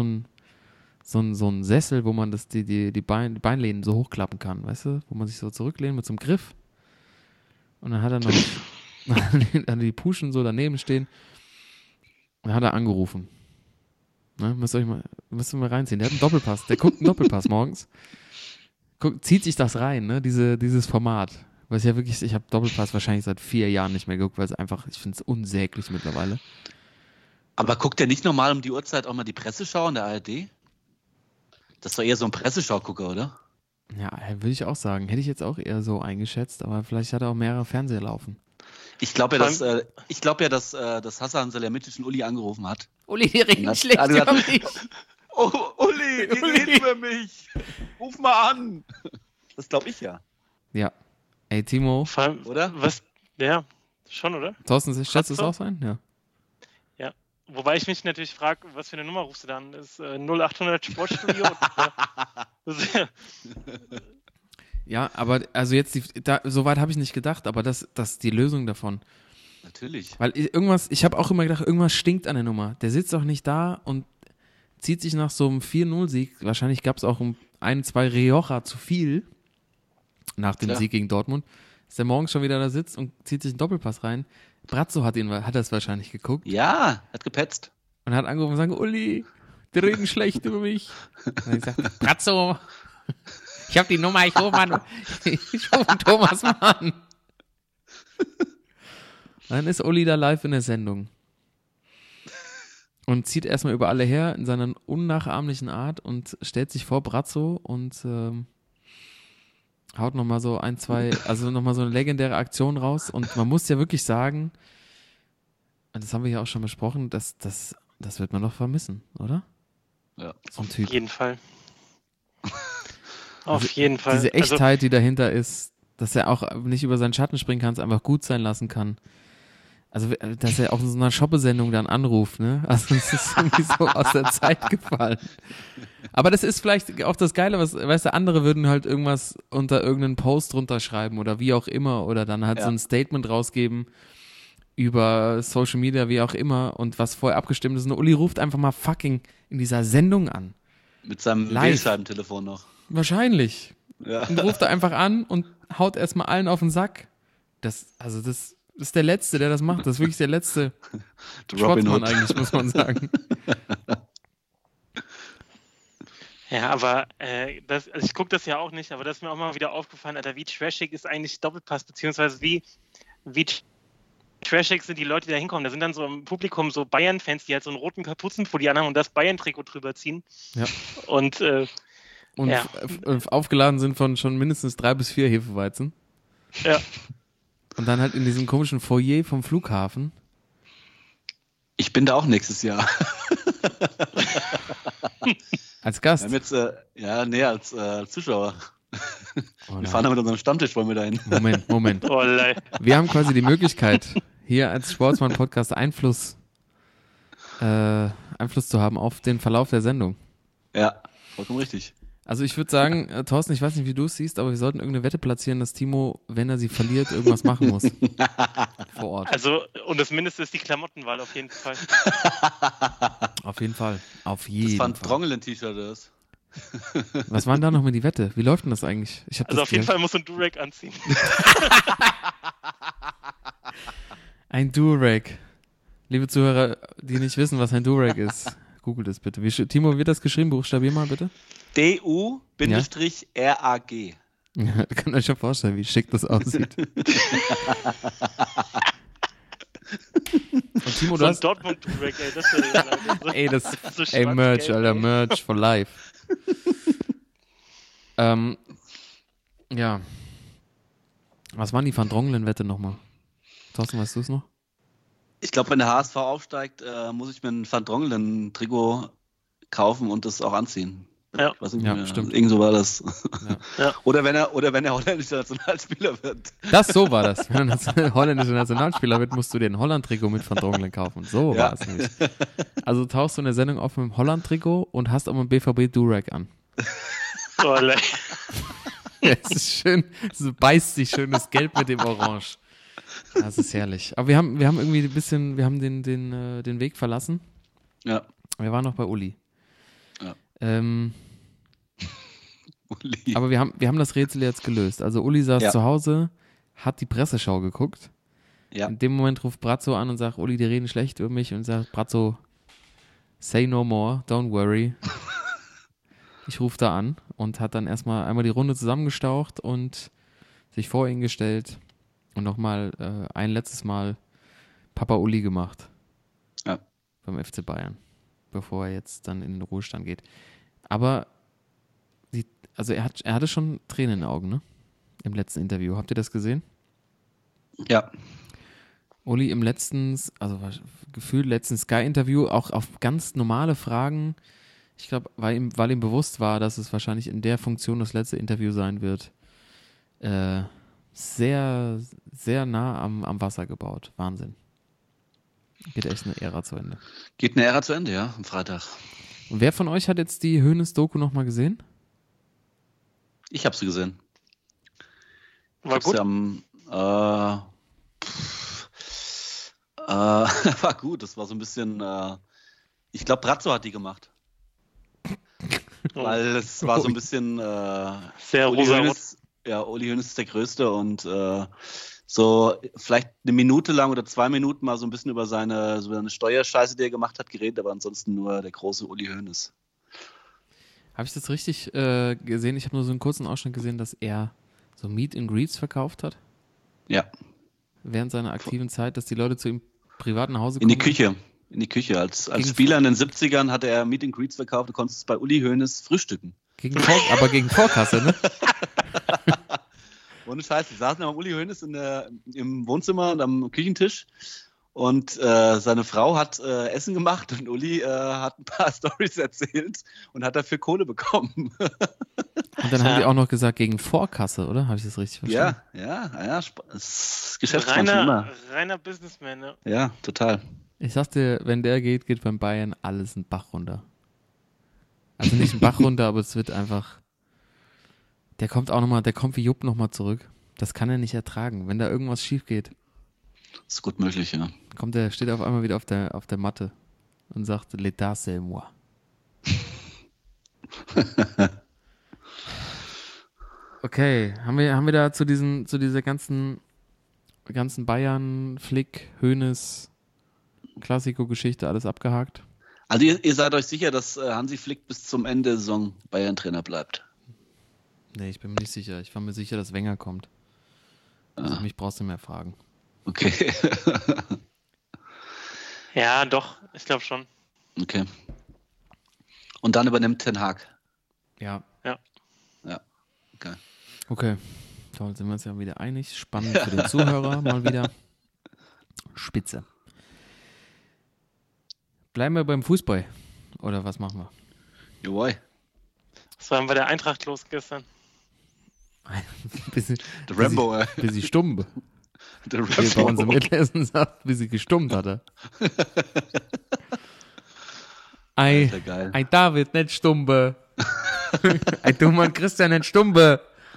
einen Sessel, wo man die Beinlehnen so hochklappen kann, weißt du, wo man sich so zurücklehnt mit so einem Griff. Und dann hat er noch die Puschen so daneben stehen. Und dann hat er angerufen. Ne, müsst ihr mal reinziehen. Der hat einen Doppelpass. Der guckt einen Doppelpass morgens. Zieht sich das rein, ne? Dieses Format. Weil ich habe Doppelpass wahrscheinlich seit 4 Jahren nicht mehr geguckt, weil ich finde es unsäglich mittlerweile. Aber guckt der nicht normal um die Uhrzeit auch mal die Presseschau in der ARD? Das ist doch eher so ein Presseschau-Gucker, oder? Ja, würde ich auch sagen. Hätte ich jetzt auch eher so eingeschätzt, aber vielleicht hat er auch mehrere Fernseher laufen. Ich glaube ja, dass Hassan Salihamidzic und Uli angerufen hat. Uli, die reden schlecht über mich. Oh, Uli, die reden über mich. Ruf mal an. Das glaube ich ja. Ja. Ey, Timo. Vor allem, oder? Was? Ja, schon, oder? Thorsten, schätzt du es auch sein? Ja. Ja. Wobei ich mich natürlich frage, was für eine Nummer rufst du dann? Das ist 0800 Sportstudio? Ja, aber also jetzt, so weit habe ich nicht gedacht, aber das ist die Lösung davon. Natürlich. Weil ich habe auch immer gedacht, irgendwas stinkt an der Nummer. Der sitzt auch nicht da und zieht sich nach so einem 4-0-Sieg, wahrscheinlich gab es auch 1-2 Rioja zu viel nach dem Sieg gegen Dortmund, dass der morgens schon wieder da sitzt und zieht sich einen Doppelpass rein. Brazzo hat das wahrscheinlich geguckt. Ja, hat gepetzt. Und hat angerufen und gesagt, Uli, die reden schlecht über mich. Und dann gesagt, Brazzo, ich habe die Nummer, ich rufe Thomas mal an. Dann ist Uli da live in der Sendung. Und zieht erstmal über alle her in seiner unnachahmlichen Art und stellt sich vor Brazzo und haut nochmal so nochmal so eine legendäre Aktion raus. Und man muss ja wirklich sagen, und das haben wir ja auch schon besprochen, das wird man doch vermissen, oder? Ja. So ein Typ. Auf jeden Fall. Also Auf jeden Fall. Diese Echtheit, die dahinter ist, dass er auch nicht über seinen Schatten springen kann, es einfach gut sein lassen kann. Also, dass er auch in so einer Shoppe-Sendung dann anruft, ne? Also, es ist irgendwie so aus der Zeit gefallen. Aber das ist vielleicht auch das Geile, weißt du, andere würden halt irgendwas unter irgendeinen Post runterschreiben oder wie auch immer oder dann halt so ein Statement rausgeben über Social Media, wie auch immer und was vorher abgestimmt ist. Und Uli ruft einfach mal fucking in dieser Sendung an. Mit seinem Wählscheibentelefon noch. Wahrscheinlich. Ja. Und ruft er einfach an und haut erstmal allen auf den Sack. Das ist der Letzte, der das macht. Das ist wirklich der letzte Robin Sportsmann Hood. eigentlich, muss man sagen. Ja, aber also ich gucke das ja auch nicht, aber das ist mir auch mal wieder aufgefallen, Alter, wie trashig ist eigentlich Doppelpass, beziehungsweise wie trashig sind die Leute, die da hinkommen. Da sind dann so im Publikum so Bayern-Fans, die halt so einen roten Kapuzenpulli anhaben und das Bayern-Trikot drüber ziehen. Ja. Und aufgeladen sind von schon mindestens 3 bis 4 Hefeweizen. ja. Und dann halt in diesem komischen Foyer vom Flughafen. Ich bin da auch nächstes Jahr. Als Gast. Wir haben jetzt, als Zuschauer. Oh Wir fahren da mit unserem Stammtisch, wollen wir dahin. Moment. Oh, leid. Wir haben quasi die Möglichkeit, hier als Sportsmann-Podcast Einfluss zu haben auf den Verlauf der Sendung. Ja, vollkommen richtig. Also ich würde sagen, Thorsten, ich weiß nicht, wie du es siehst, aber wir sollten irgendeine Wette platzieren, dass Timo, wenn er sie verliert, irgendwas machen muss. Vor Ort. Also, und das Mindeste ist die Klamottenwahl auf jeden Fall. Auf jeden Fall. Auf Das jeden war ein Fall. Drongelen-T-Shirt, das. Was war denn da noch mit die Wette? Wie läuft denn das eigentlich? Also auf jeden Fall muss ein Durek anziehen. Ein Durag. Liebe Zuhörer, die nicht wissen, was ein Durag ist, googelt es bitte. Timo, wird das geschrieben? Buchstabier mal bitte. D-U-R-A-G. Ja, ihr könnt euch schon vorstellen, wie schick das aussieht. Und Timo, So du ein hast... Dortmund-Durek, ey, das wäre Ey, das... so Ey, Merch, schwarz-gelb, Alter, ey. Merch for life. Ja. Was waren die Van Drongelen-Wette nochmal? Thorsten, weißt du es noch? Ich glaube, wenn der HSV aufsteigt, muss ich mir ein Van Drongelen-Trikot kaufen und das auch anziehen. Ja. Ich weiß nicht Ja, mehr. stimmt. Irgend so war das. Ja. Ja. Oder wenn er holländischer Nationalspieler wird. So war das. Wenn du holländischer Nationalspieler wird, musst du dir ein Holland-Trikot mit Van Drongelen kaufen. So war es nämlich. Also tauchst du in der Sendung auf mit dem Holland-Trikot und hast auch mal ein BVB-Durag an. Oh, leid. Ja, es ist schön, es beißt sich schön das Gelb mit dem Orange. Das ist herrlich. Aber wir haben irgendwie ein bisschen, wir haben den Weg verlassen. Ja. Wir waren noch bei Uli. Ja. Aber wir haben das Rätsel jetzt gelöst. Also Uli saß zu Hause, hat die Presseschau geguckt. Ja. In dem Moment ruft Brazzo an und sagt, Uli, die reden schlecht über mich. Und sagt, Brazzo, say no more, don't worry. Ich rufe da an und hat dann erstmal einmal die Runde zusammengestaucht und sich vor ihn gestellt und nochmal ein letztes Mal Papa Uli gemacht. Ja. Beim FC Bayern, bevor er jetzt dann in den Ruhestand geht. Aber er hatte schon Tränen in den Augen, ne? Im letzten Interview. Habt ihr das gesehen? Ja. Uli im letzten Sky-Interview auch auf ganz normale Fragen, ich glaube, weil ihm bewusst war, dass es wahrscheinlich in der Funktion das letzte Interview sein wird, sehr, sehr nah am Wasser gebaut. Wahnsinn. Geht echt eine Ära zu Ende. Geht eine Ära zu Ende, ja, am Freitag. Und wer von euch hat jetzt die Hoeneß-Doku nochmal gesehen? Ich habe sie gesehen. War gut. War gut, das war so ein bisschen, ich glaube, Brazzo hat die gemacht. Weil es war so ein bisschen, Sehr rosa-rot. Uli Hoeneß ist der Größte und so vielleicht eine Minute lang oder 2 Minuten mal so ein bisschen über seine Steuerscheiße, die er gemacht hat, geredet, aber ansonsten nur der große Uli Hoeneß. Habe ich das richtig gesehen? Ich habe nur so einen kurzen Ausschnitt gesehen, dass er so Meet and Greets verkauft hat. Ja. während seiner aktiven Zeit, dass die Leute zu ihm privat nach Hause In kommen? die Küche. Als Gegen- Spieler in den 70ern hatte er Meet and Greets verkauft, du konntest bei Uli Hoeneß frühstücken. Aber gegen Vorkasse, ne? Ohne Scheiß, wir saßen ja mit Uli Hoeneß im Wohnzimmer und am Küchentisch und seine Frau hat Essen gemacht und Uli hat ein paar Storys erzählt und hat dafür Kohle bekommen. Und dann haben die auch noch gesagt, gegen Vorkasse, oder? Habe ich das richtig verstanden? Ja, das ist Geschäftsmann schon immer. Reiner Businessman, ne? Ja, total. Ich sag dir, wenn der geht beim Bayern alles einen Bach runter. Also nicht einen Bach runter, aber es wird einfach. Der kommt wie Jupp nochmal zurück. Das kann er nicht ertragen. Wenn da irgendwas schief geht, Das ist gut möglich, ja. steht er auf einmal wieder auf der Matte und sagt, l'état c'est moi. Okay, haben wir da zu dieser ganzen Bayern, Flick, Hoeneß, Klassiko-Geschichte alles abgehakt? Also ihr seid euch sicher, dass Hansi Flick bis zum Ende der Saison Bayern-Trainer bleibt? Nee, ich bin mir nicht sicher. Ich war mir sicher, dass Wenger kommt. Also mich brauchst du mehr fragen. Okay. Ja, doch, ich glaube schon. Okay. Und dann übernimmt Ten Hag. Ja. Okay. Okay. Toll, sind wir uns ja wieder einig. Spannend für den Zuhörer mal wieder. Spitze. Bleiben wir beim Fußball. Oder was machen wir? Jawohl. Was war denn bei der Eintracht los gestern? bisschen, Der Rambo, bisschen stumm. Der Wie bei uns im Mittagessen sagt, wie sie gestummt hat er. Alter, geil. Ei David, nicht Stumbe. Ei du Mann, Christian, nicht Stumbe.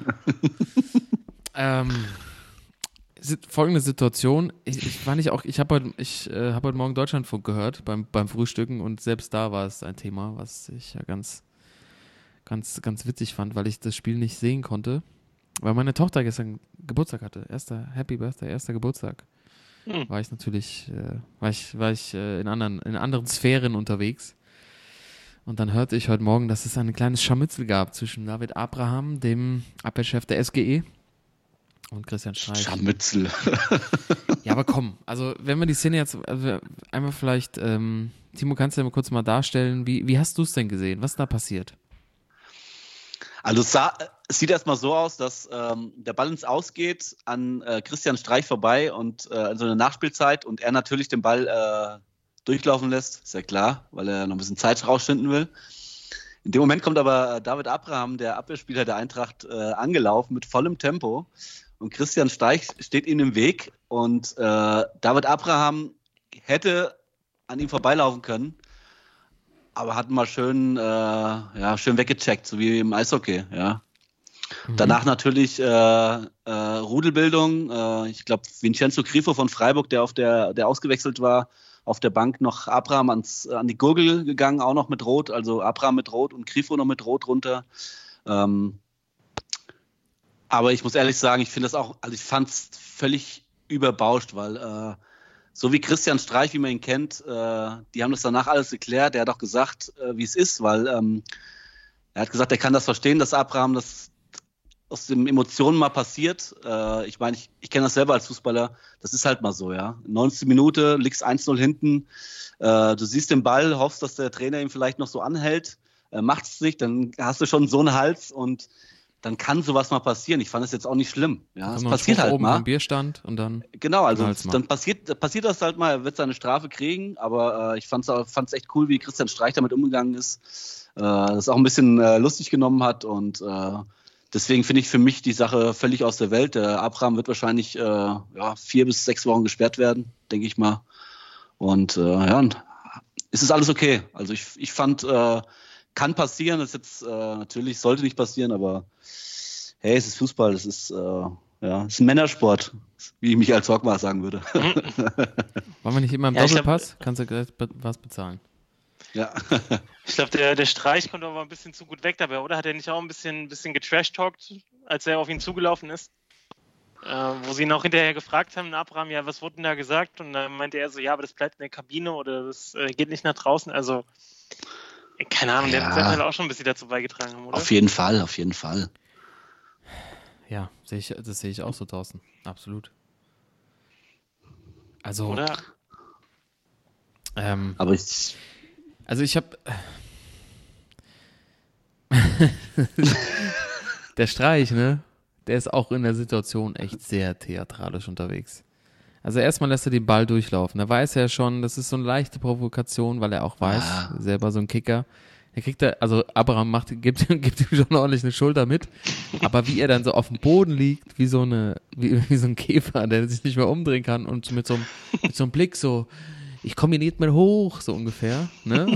Folgende Situation. Ich habe heute Morgen Deutschlandfunk gehört beim Frühstücken und selbst da war es ein Thema, was ich ja ganz, ganz, ganz witzig fand, weil ich das Spiel nicht sehen konnte, weil meine Tochter gestern Geburtstag hatte. Happy Birthday, erster Geburtstag. War ich natürlich, war ich in anderen Sphären unterwegs. Und dann hörte ich heute Morgen, dass es ein kleines Scharmützel gab zwischen David Abraham, dem Abwehrchef der SGE, und Christian Streich. Scharmützel. Ja, aber komm, also wenn wir die Szene jetzt einmal vielleicht, Timo, kannst du ja mal kurz darstellen, wie hast du es denn gesehen? Was ist da passiert? Also es sieht erstmal so aus, dass der Ball ins Aus geht, an Christian Streich vorbei und also eine Nachspielzeit und er natürlich den Ball durchlaufen lässt, ist ja klar, weil er noch ein bisschen Zeit rausschinden will. In dem Moment kommt aber David Abraham, der Abwehrspieler der Eintracht, angelaufen mit vollem Tempo und Christian Streich steht ihm im Weg und David Abraham hätte an ihm vorbeilaufen können, aber hat mal schön weggecheckt, so wie im Eishockey, ja. Danach natürlich Rudelbildung. Ich glaube, Vincenzo Grifo von Freiburg, der ausgewechselt war, auf der Bank noch Abraham an die Gurgel gegangen, auch noch mit Rot. Also Abraham mit Rot und Grifo noch mit Rot runter. Aber ich muss ehrlich sagen, ich fand es völlig überbauscht, weil so wie Christian Streich, wie man ihn kennt, die haben das danach alles geklärt. Er hat auch gesagt, wie es ist, weil er hat gesagt, er kann das verstehen, dass Abraham das aus den Emotionen mal passiert. Ich meine, ich kenne das selber als Fußballer. Das ist halt mal so, ja. 19 Minute, liegst 1-0 hinten. Du siehst den Ball, hoffst, dass der Trainer ihn vielleicht noch so anhält. Macht es nicht, dann hast du schon so einen Hals und dann kann sowas mal passieren. Ich fand es jetzt auch nicht schlimm. Ja, es passiert halt oben mal. Am Bierstand und dann. Genau, also dann passiert das halt mal. Er wird seine Strafe kriegen, aber ich fand es echt cool, wie Christian Streich damit umgegangen ist. Das auch ein bisschen lustig genommen hat und deswegen finde ich für mich die Sache völlig aus der Welt. Der Abraham wird wahrscheinlich 4 bis 6 Wochen gesperrt werden, denke ich mal. Und es ist alles okay. Also ich fand, kann passieren. Das ist jetzt natürlich sollte nicht passieren, aber hey, es ist Fußball. Es ist es ist ein Männersport, wie ich mich als Hockmar sagen würde. Wollen wir nicht immer im Doppelpass? Kannst du gleich was bezahlen? Ja. Ich glaube, der Streich kommt aber ein bisschen zu gut weg dabei, oder? Hat er nicht auch ein bisschen getrash-talkt, als er auf ihn zugelaufen ist? Wo sie ihn auch hinterher gefragt haben, Abraham, ja, was wurde denn da gesagt? Und dann meinte er so, ja, aber das bleibt in der Kabine oder das geht nicht nach draußen. Also, keine Ahnung, der wird halt auch schon ein bisschen dazu beigetragen haben, oder? Auf jeden Fall. Ja, das sehe ich auch so, Thorsten. Absolut. Also, Oder? Aber ich habe der Streich, ne? Der ist auch in der Situation echt sehr theatralisch unterwegs. Also erstmal lässt er den Ball durchlaufen. Da weiß er ja schon, das ist so eine leichte Provokation, weil er auch weiß, selber so ein Kicker. Also Abraham gibt ihm schon ordentlich eine Schulter mit. Aber wie er dann so auf dem Boden liegt, wie so ein Käfer, der sich nicht mehr umdrehen kann und mit so einem Blick so, ich komme hier nicht mehr hoch, so ungefähr. Ne?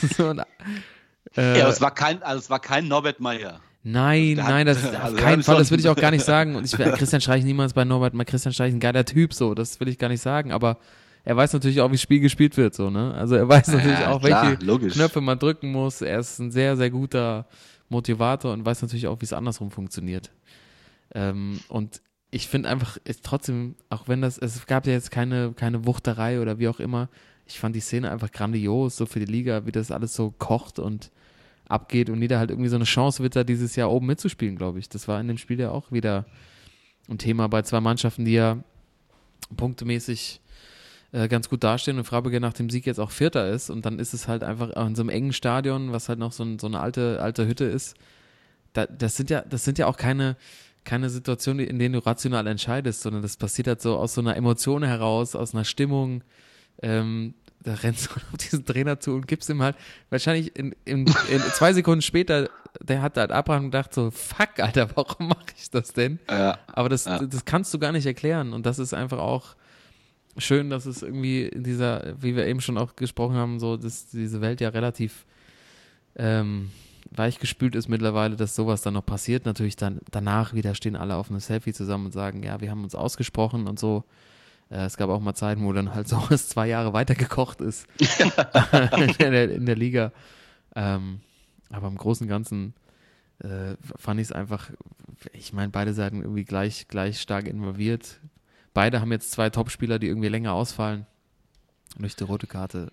es war kein Norbert Meyer. Nein, das auf keinen Fall, das will ich auch gar nicht sagen. Und ich werde Christian Streich niemals bei Norbert, Christian Streich ein geiler Typ, so, das will ich gar nicht sagen, aber er weiß natürlich auch, wie das Spiel gespielt wird, so, ne? Also er weiß natürlich auch, welche Knöpfe man drücken muss. Er ist ein sehr, sehr guter Motivator und weiß natürlich auch, wie es andersrum funktioniert. Und ich finde einfach, ist trotzdem, auch wenn es gab ja jetzt keine Wuchterei oder wie auch immer, ich fand die Szene einfach grandios, so für die Liga, wie das alles so kocht und abgeht und jeder halt irgendwie so eine Chance wird, da dieses Jahr oben mitzuspielen, glaube ich. Das war in dem Spiel ja auch wieder ein Thema bei zwei Mannschaften, die ja punktemäßig ganz gut dastehen und Freiburg nach dem Sieg jetzt auch Vierter ist und dann ist es halt einfach in so einem engen Stadion, was halt noch so eine alte Hütte ist. Das sind ja auch keine Situationen, in denen du rational entscheidest, sondern das passiert halt so aus so einer Emotion heraus, aus einer Stimmung. Da rennst du auf diesen Trainer zu und gibst ihm halt, wahrscheinlich in 2 Sekunden später, der hat halt Abraham gedacht so, fuck, Alter, warum mache ich das denn? Aber das kannst du gar nicht erklären und das ist einfach auch schön, dass es irgendwie in dieser, wie wir eben schon auch gesprochen haben, so, dass diese Welt ja relativ weichgespült ist mittlerweile, dass sowas dann noch passiert. Natürlich dann danach wieder stehen alle auf einem Selfie zusammen und sagen, ja, wir haben uns ausgesprochen und so. Es gab auch mal Zeiten, wo dann halt sowas 2 Jahre weitergekocht ist in der Liga. Aber im Großen und Ganzen fand ich es einfach, ich meine, beide Seiten irgendwie gleich stark involviert. Beide haben jetzt 2 Topspieler, die irgendwie länger ausfallen. Durch die rote Karte.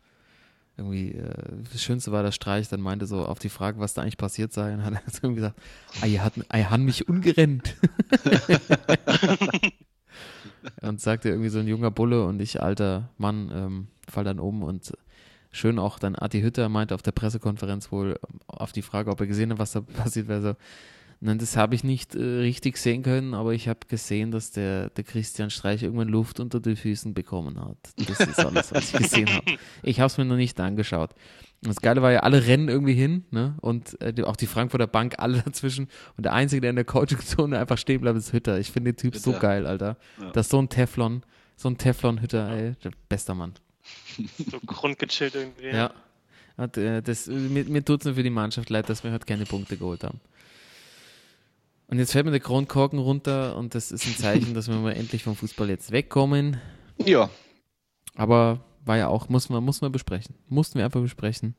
Das Schönste war der Streich, dann meinte so auf die Frage, was da eigentlich passiert sei, und hat er so irgendwie gesagt, er hat mich ungerennt. Und sagte irgendwie so ein junger Bulle und ich, alter Mann, fall dann um und schön auch dann Adi Hütter meinte auf der Pressekonferenz wohl auf die Frage, ob er gesehen hat, was da passiert wäre, so, nein, das habe ich nicht richtig sehen können, aber ich habe gesehen, dass der Christian Streich irgendwann Luft unter die Füßen bekommen hat. Das ist alles, was ich gesehen habe. Ich habe es mir noch nicht angeschaut. Und das Geile war ja, alle rennen irgendwie hin, ne? Und auch die Frankfurter Bank, alle dazwischen. Und der Einzige, der in der Coaching-Zone einfach stehen bleibt, ist Hütter. Ich finde den Typ so geil, Alter. Ja. Das ist so ein Teflon-Hütter, ey. Der bester Mann. So grundgechillt irgendwie. Ja. Und, mir tut es nur für die Mannschaft leid, dass wir heute keine Punkte geholt haben. Und jetzt fällt mir der Kronkorken runter und das ist ein Zeichen, dass wir mal endlich vom Fußball jetzt wegkommen. Ja. Aber war ja auch, mussten wir besprechen. Mussten wir einfach besprechen.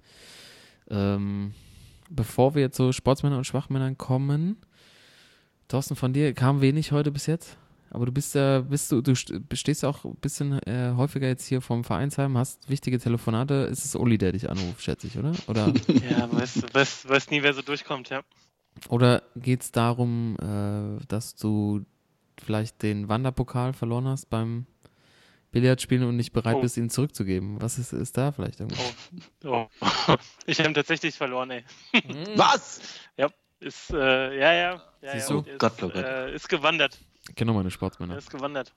Bevor wir jetzt zu Sportsmännern und Schwachmännern kommen, Thorsten, von dir kam wenig heute bis jetzt, aber du stehst auch ein bisschen häufiger jetzt hier vom Vereinsheim, hast wichtige Telefonate. Ist es Uli, der dich anruft, schätze ich, oder? Ja, weiß nie, wer so durchkommt, ja. Oder geht es darum, dass du vielleicht den Wanderpokal verloren hast beim Billardspielen und nicht bereit bist, ihn zurückzugeben? Was ist da vielleicht irgendwas? Oh. Ich habe ihn tatsächlich verloren, ey. Was? Ja, ist, ja. Siehst du? Gott. Ist gewandert. Ich kenne noch meine Sportsmänner. Ist gewandert.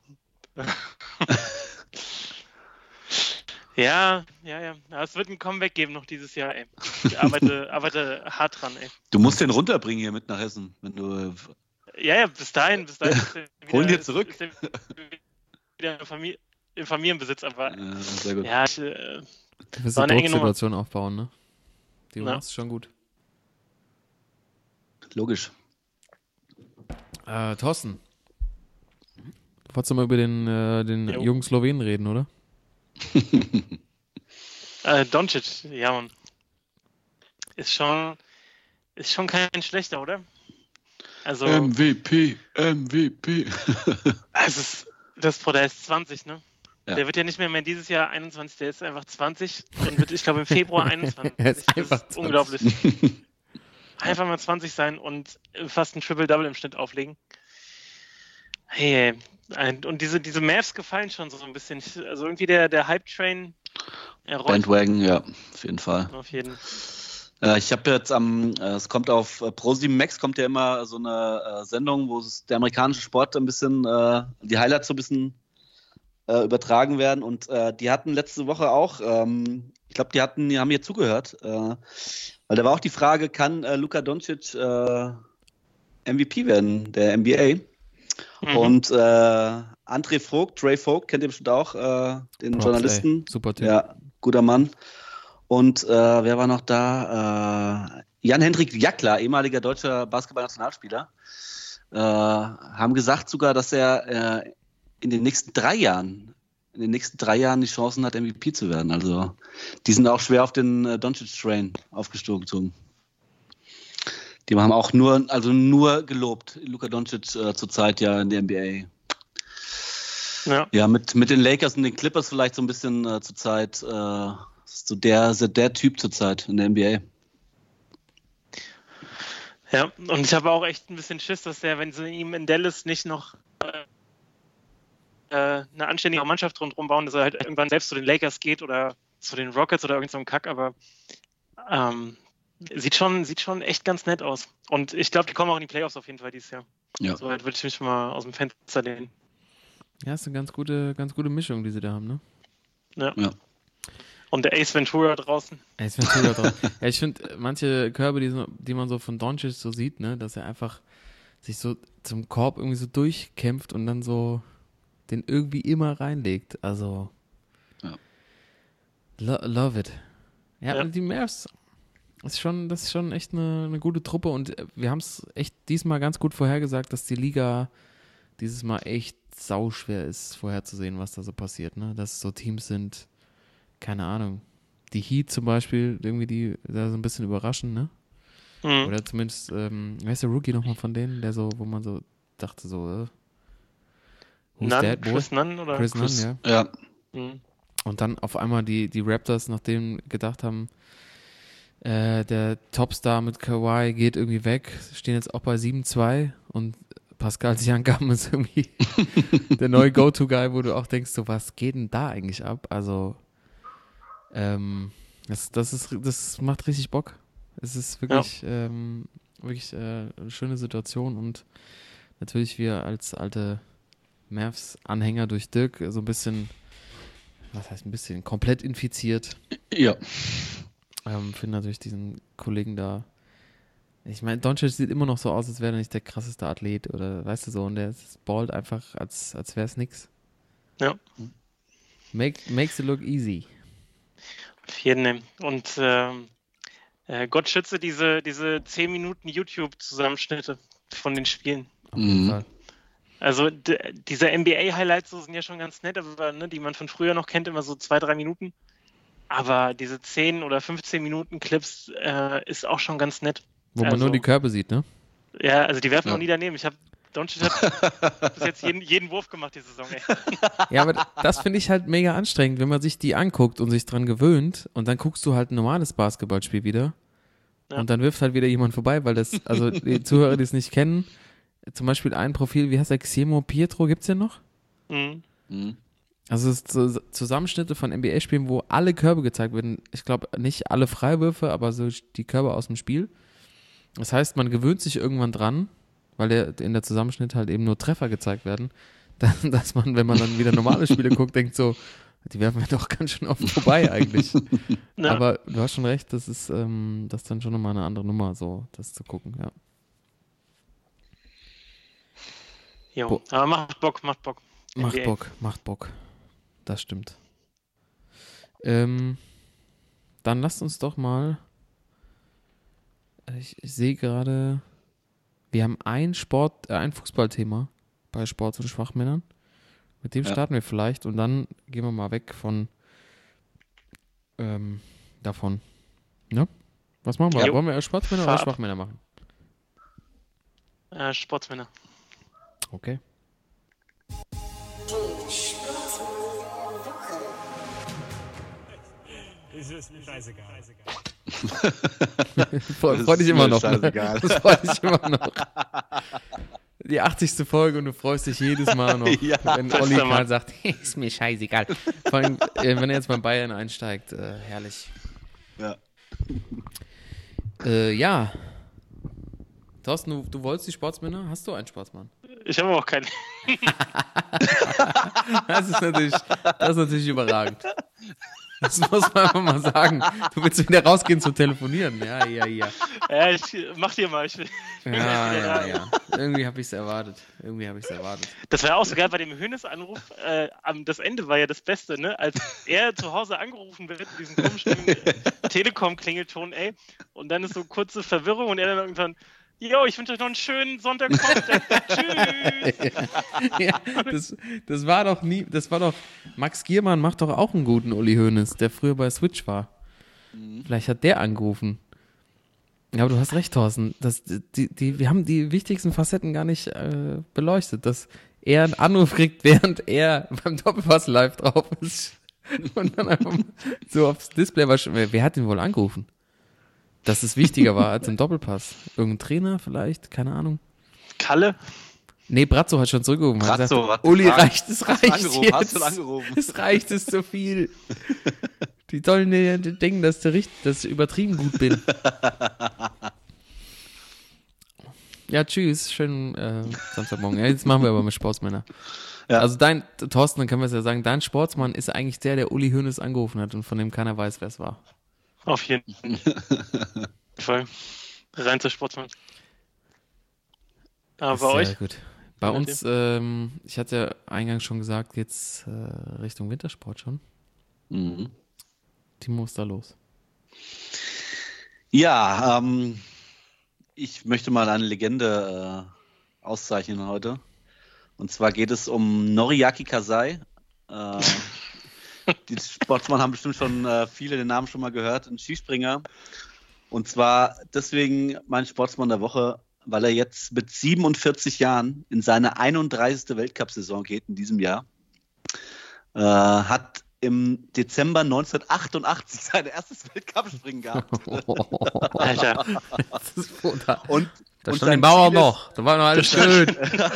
Ja. Es wird ein Comeback geben noch dieses Jahr, ey. Ich arbeite hart dran, ey. Du musst den runterbringen hier mit nach Hessen, wenn du... Ja, bis dahin. Hol ihn dir zurück. Ist wieder im Familienbesitz, aber... Ja, sehr gut. Ja, du wirst eine Drucksituation aufbauen, ne? Die machst du schon gut. Logisch. Thorsten, du wolltest mal über den jungen Slowenen reden, oder? Doncic, ja, Mann. Ist schon kein schlechter, oder? Also MVP. Der ist 20, ne? Ja. Der wird ja nicht mehr dieses Jahr 21, der ist einfach 20 und wird, ich glaube, im Februar 21. Er ist einfach das ist unglaublich. Einfach mal 20 sein und fast ein Triple-Double im Schnitt auflegen. Hey, und diese Mavs gefallen schon so ein bisschen. Also irgendwie der Hype-Train rollt Bandwagon, ja, auf jeden Fall. auf jeden. Ich habe jetzt es kommt auf Pro7 Max kommt ja immer so eine Sendung, wo der amerikanische Sport ein bisschen, die Highlights so ein bisschen übertragen werden. Und die hatten letzte Woche auch, ich glaube, die haben hier zugehört, weil da war auch die Frage, kann Luka Doncic MVP werden, der NBA? Und André Vogt, Dre Vogt, kennt ihr bestimmt auch, den Props, Journalisten. ey. Super Typ. Ja, guter Mann. Und wer war noch da? Jan-Hendrik Jackler, ehemaliger deutscher Basketball-Nationalspieler, haben gesagt sogar, dass er in den nächsten 3 Jahren die Chancen hat, MVP zu werden. Also die sind auch schwer auf den Doncic-Train aufgestoßen. Die haben auch nur gelobt, Luka Doncic zurzeit ja in der NBA. Ja, mit den Lakers und den Clippers vielleicht so ein bisschen zurzeit so der Typ zurzeit in der NBA. Ja, und ich habe auch echt ein bisschen Schiss, dass wenn sie ihm in Dallas nicht noch eine anständige Mannschaft rundherum bauen, dass er halt irgendwann selbst zu den Lakers geht oder zu den Rockets oder irgend so ein Kack, aber sieht schon echt ganz nett aus. Und ich glaube, die kommen auch in die Playoffs auf jeden Fall dieses Jahr. Ja. So weit würde ich mich mal aus dem Fenster lehnen. Ja, ist eine ganz gute Mischung, die sie da haben, ne? Ja. Und der Ace Ventura draußen. Ace Ventura drauf. Ja, ich finde, manche Körbe, die man so von Doncic so sieht, ne, dass er einfach sich so zum Korb irgendwie so durchkämpft und dann so den irgendwie immer reinlegt. Also Ja. Love it. Ja, Ja. Die Mavs, das ist schon echt eine gute Truppe und wir haben es echt diesmal ganz gut vorhergesagt, dass die Liga dieses Mal echt sauschwer ist, vorherzusehen, was da so passiert, ne? Dass es so Teams sind, keine Ahnung. Die Heat zum Beispiel, irgendwie die da so ein bisschen überraschen, ne? Mhm. Oder zumindest, wer ist der Rookie nochmal von denen, der so, wo man so dachte, so, who's that boy? Chris Nunn oder? Chris Nunn, ja. Ja. Mhm. Und dann auf einmal die Raptors, nachdem gedacht haben, der Topstar mit Kawhi geht irgendwie weg, stehen jetzt auch bei 7-2 und Pascal Siakam ist irgendwie der neue Go-To-Guy, wo du auch denkst, so, was geht denn da eigentlich ab? Also, das macht richtig Bock. Es ist wirklich, wirklich eine schöne Situation und natürlich wir als alte Mavs-Anhänger durch Dirk so ein bisschen, was heißt ein bisschen, komplett infiziert. Ja. Finde natürlich diesen Kollegen da. Ich meine, Doncic sieht immer noch so aus, als wäre er nicht der krasseste Athlet oder weißt du so, und der ballt einfach, als wäre es nix. Ja. Makes it look easy. Auf jeden Fall. Und Gott schütze diese 10 Minuten YouTube-Zusammenschnitte von den Spielen. Auf jeden Mhm. Fall. Also diese NBA-Highlights so sind ja schon ganz nett, aber ne, die man von früher noch kennt, immer so 2-3 Minuten. Aber diese 10 oder 15 Minuten Clips ist auch schon ganz nett. Wo man Also- nur die Körbe sieht, ne? Ja, also die werfen Ja. auch nie daneben. Doncic hat bis jetzt jeden Wurf gemacht die Saison, ey. Ja, aber das finde ich halt mega anstrengend, wenn man sich die anguckt und sich dran gewöhnt und dann guckst du halt ein normales Basketballspiel wieder Ja. und dann wirft halt wieder jemand vorbei, weil das, also die Zuhörer, die es nicht kennen, zum Beispiel ein Profil, wie heißt der, Ximo Pietro, gibt's den noch? Mhm. Mhm. Also es ist so Zusammenschnitte von NBA-Spielen, wo alle Körbe gezeigt werden. Ich glaube nicht alle Freiwürfe, aber so die Körbe aus dem Spiel. Das heißt, man gewöhnt sich irgendwann dran, weil in der Zusammenschnitt halt eben nur Treffer gezeigt werden, dass man, wenn man dann wieder normale Spiele guckt, denkt so, die werfen mir doch ganz schön oft vorbei eigentlich. Ja. Aber du hast schon recht, das ist dann schon nochmal eine andere Nummer, so das zu gucken, ja. Jo. Aber macht Bock. Macht NBA. Bock. Das stimmt. Dann lasst uns doch mal. Ich sehe gerade, wir haben ein Fußballthema bei Sports und Schwachmännern. Mit dem Ja. starten wir vielleicht und dann gehen wir mal weg von davon. Ne? Was machen wir? Jo. Wollen wir Sportsmänner oder Farb. Schwachmänner machen? Sportsmänner. Okay. Ist mir scheißegal. Freut dich immer noch. Ne? scheißegal. Das freut dich immer noch. die 80. Folge und du freust dich jedes Mal noch, Ja, wenn Olli bester mal Mann. sagt, ist mir scheißegal. Vor allem, wenn er jetzt beim Bayern einsteigt, herrlich. Ja. Ja. Thorsten, du wolltest die Sportsmänner? Hast du einen Sportsmann? Ich habe auch keinen. Das ist natürlich überragend. Das muss man einfach mal sagen. Du willst wieder rausgehen zu telefonieren. Ja. Ja, mach dir mal. Ich will wieder da. Ja. Irgendwie habe ich es erwartet. Das war auch so geil bei dem Hönes-Anruf. Das Ende war ja das Beste, ne? Als er zu Hause angerufen wird mit diesem komischen Telekom-Klingelton, ey. Und dann ist so kurze Verwirrung und er dann irgendwann, jo, ich wünsche euch noch einen schönen Sonntagvormittag. Tschüss. Ja, das war doch Max Giermann macht doch auch einen guten Uli Hoeneß, der früher bei Switch war. Vielleicht hat der angerufen. Ja, aber du hast recht, Thorsten. Wir haben die wichtigsten Facetten gar nicht beleuchtet, dass er einen Anruf kriegt, während er beim Doppelpass live drauf ist. Und dann einfach so aufs Display war. Wer hat ihn wohl angerufen? Dass es wichtiger war als im Doppelpass. Irgendein Trainer vielleicht? Keine Ahnung. Kalle? Nee, Brazzo hat schon zurückgerufen. Brazzo Hat hat gesagt, Uli, gefragt, es hast du reicht angerufen? jetzt. Hast du angerufen? Es reicht, es ist zu viel. Die sollen denken, dass ich übertrieben gut bin. Ja, tschüss. Schönen Samstagmorgen. Ja, jetzt machen wir aber mit Sportsmänner. Ja. Also Thorsten, dann können wir es ja sagen, dein Sportsmann ist eigentlich der Uli Hoeneß angerufen hat und von dem keiner weiß, wer es war. Auf jeden Fall. Rein zur Sportsmann. Aber bei euch? Sehr gut. Bei uns, ich hatte ja eingangs schon gesagt, geht's Richtung Wintersport schon. Mhm. Timo, ist da los? Ja, ich möchte mal eine Legende auszeichnen heute. Und zwar geht es um Noriaki Kasai. Die Sportsmann haben bestimmt schon viele den Namen schon mal gehört, ein Skispringer. Und zwar deswegen mein Sportsmann der Woche, weil er jetzt mit 47 Jahren in seine 31. Weltcup-Saison geht in diesem Jahr. Hat im Dezember 1988 sein erstes Weltcup-Springen gehabt. Alter. Das ist brutal. Und Da stand sein die Mauer Ziel ist- noch. Da war noch alles schön.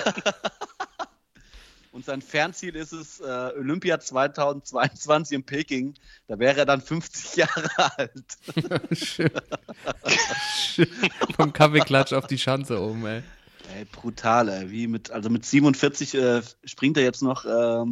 Und sein Fernziel ist es, Olympia 2022 in Peking. Da wäre er dann 50 Jahre alt. Schön. Vom Kaffeeklatsch auf die Schanze oben, ey. Ey, brutal, ey. Mit 47 springt er jetzt noch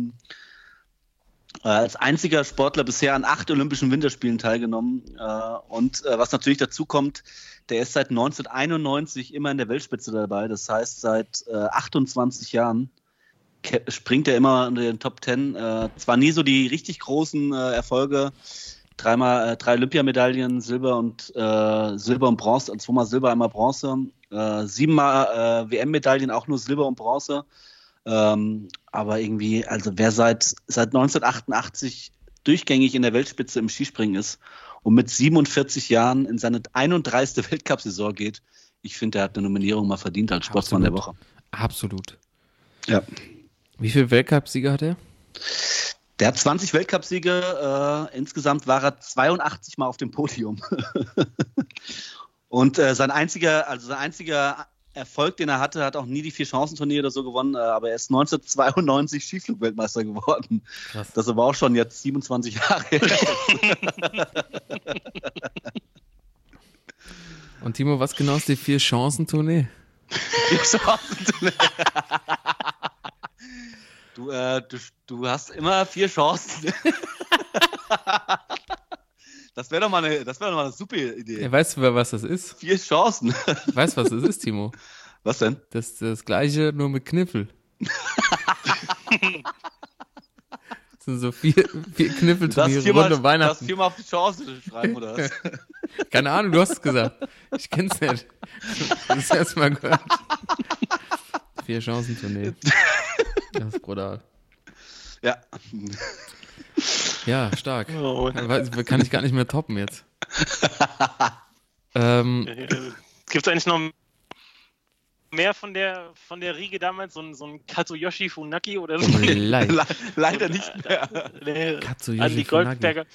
als einziger Sportler bisher an 8 Olympischen Winterspielen teilgenommen. Und was natürlich dazu kommt, der ist seit 1991 immer in der Weltspitze dabei. Das heißt, seit 28 Jahren springt er immer in den Top 10. Zwar nie so die richtig großen Erfolge, 3 Olympiamedaillen, Silber und Bronze, 2-mal Silber, einmal Bronze, 7-mal WM-Medaillen, auch nur Silber und Bronze. Aber irgendwie, also wer seit 1988 durchgängig in der Weltspitze im Skispringen ist und mit 47 Jahren in seine 31. Weltcup-Saison geht, ich finde, er hat eine Nominierung mal verdient als Sportsmann der Woche. Absolut. Ja. Wie viele Weltcup-Sieger hat er? Der hat 20 Weltcupsiege, insgesamt war er 82 Mal auf dem Podium. Und sein einziger Erfolg, den er hatte, hat auch nie die 4-Chancen-Turnier oder so gewonnen, aber er ist 1992 Skiflug-Weltmeister geworden. Krass. Das aber auch schon jetzt 27 Jahre her. Und Timo, was genau ist die 4-Chancen-Tournee? 4-Chancen-Turnier. Du hast immer 4 Chancen. Das wäre doch mal eine super Idee. Ja, weißt du, was das ist? 4 Chancen. Weißt du, was das ist, Timo? Was denn? Das ist das Gleiche, nur mit Kniffel. Das sind so 4 Kniffelturniere rund um Du Weihnachten. hast 4-mal auf die Chance schreiben, oder was? Keine Ahnung, du hast es gesagt. Ich kenn's nicht. Das ist erstmal gehört. 4-Chancen-Tournee. Das ist brutal. Ja. Ja, stark. Oh. Kann ich gar nicht mehr toppen jetzt. Gibt es eigentlich noch mehr von der Riege damals? So ein Kazuyoshi Funaki oder so? Leider nicht mehr. Nee, Katsuyoshi Andi Funaki. Goldberger.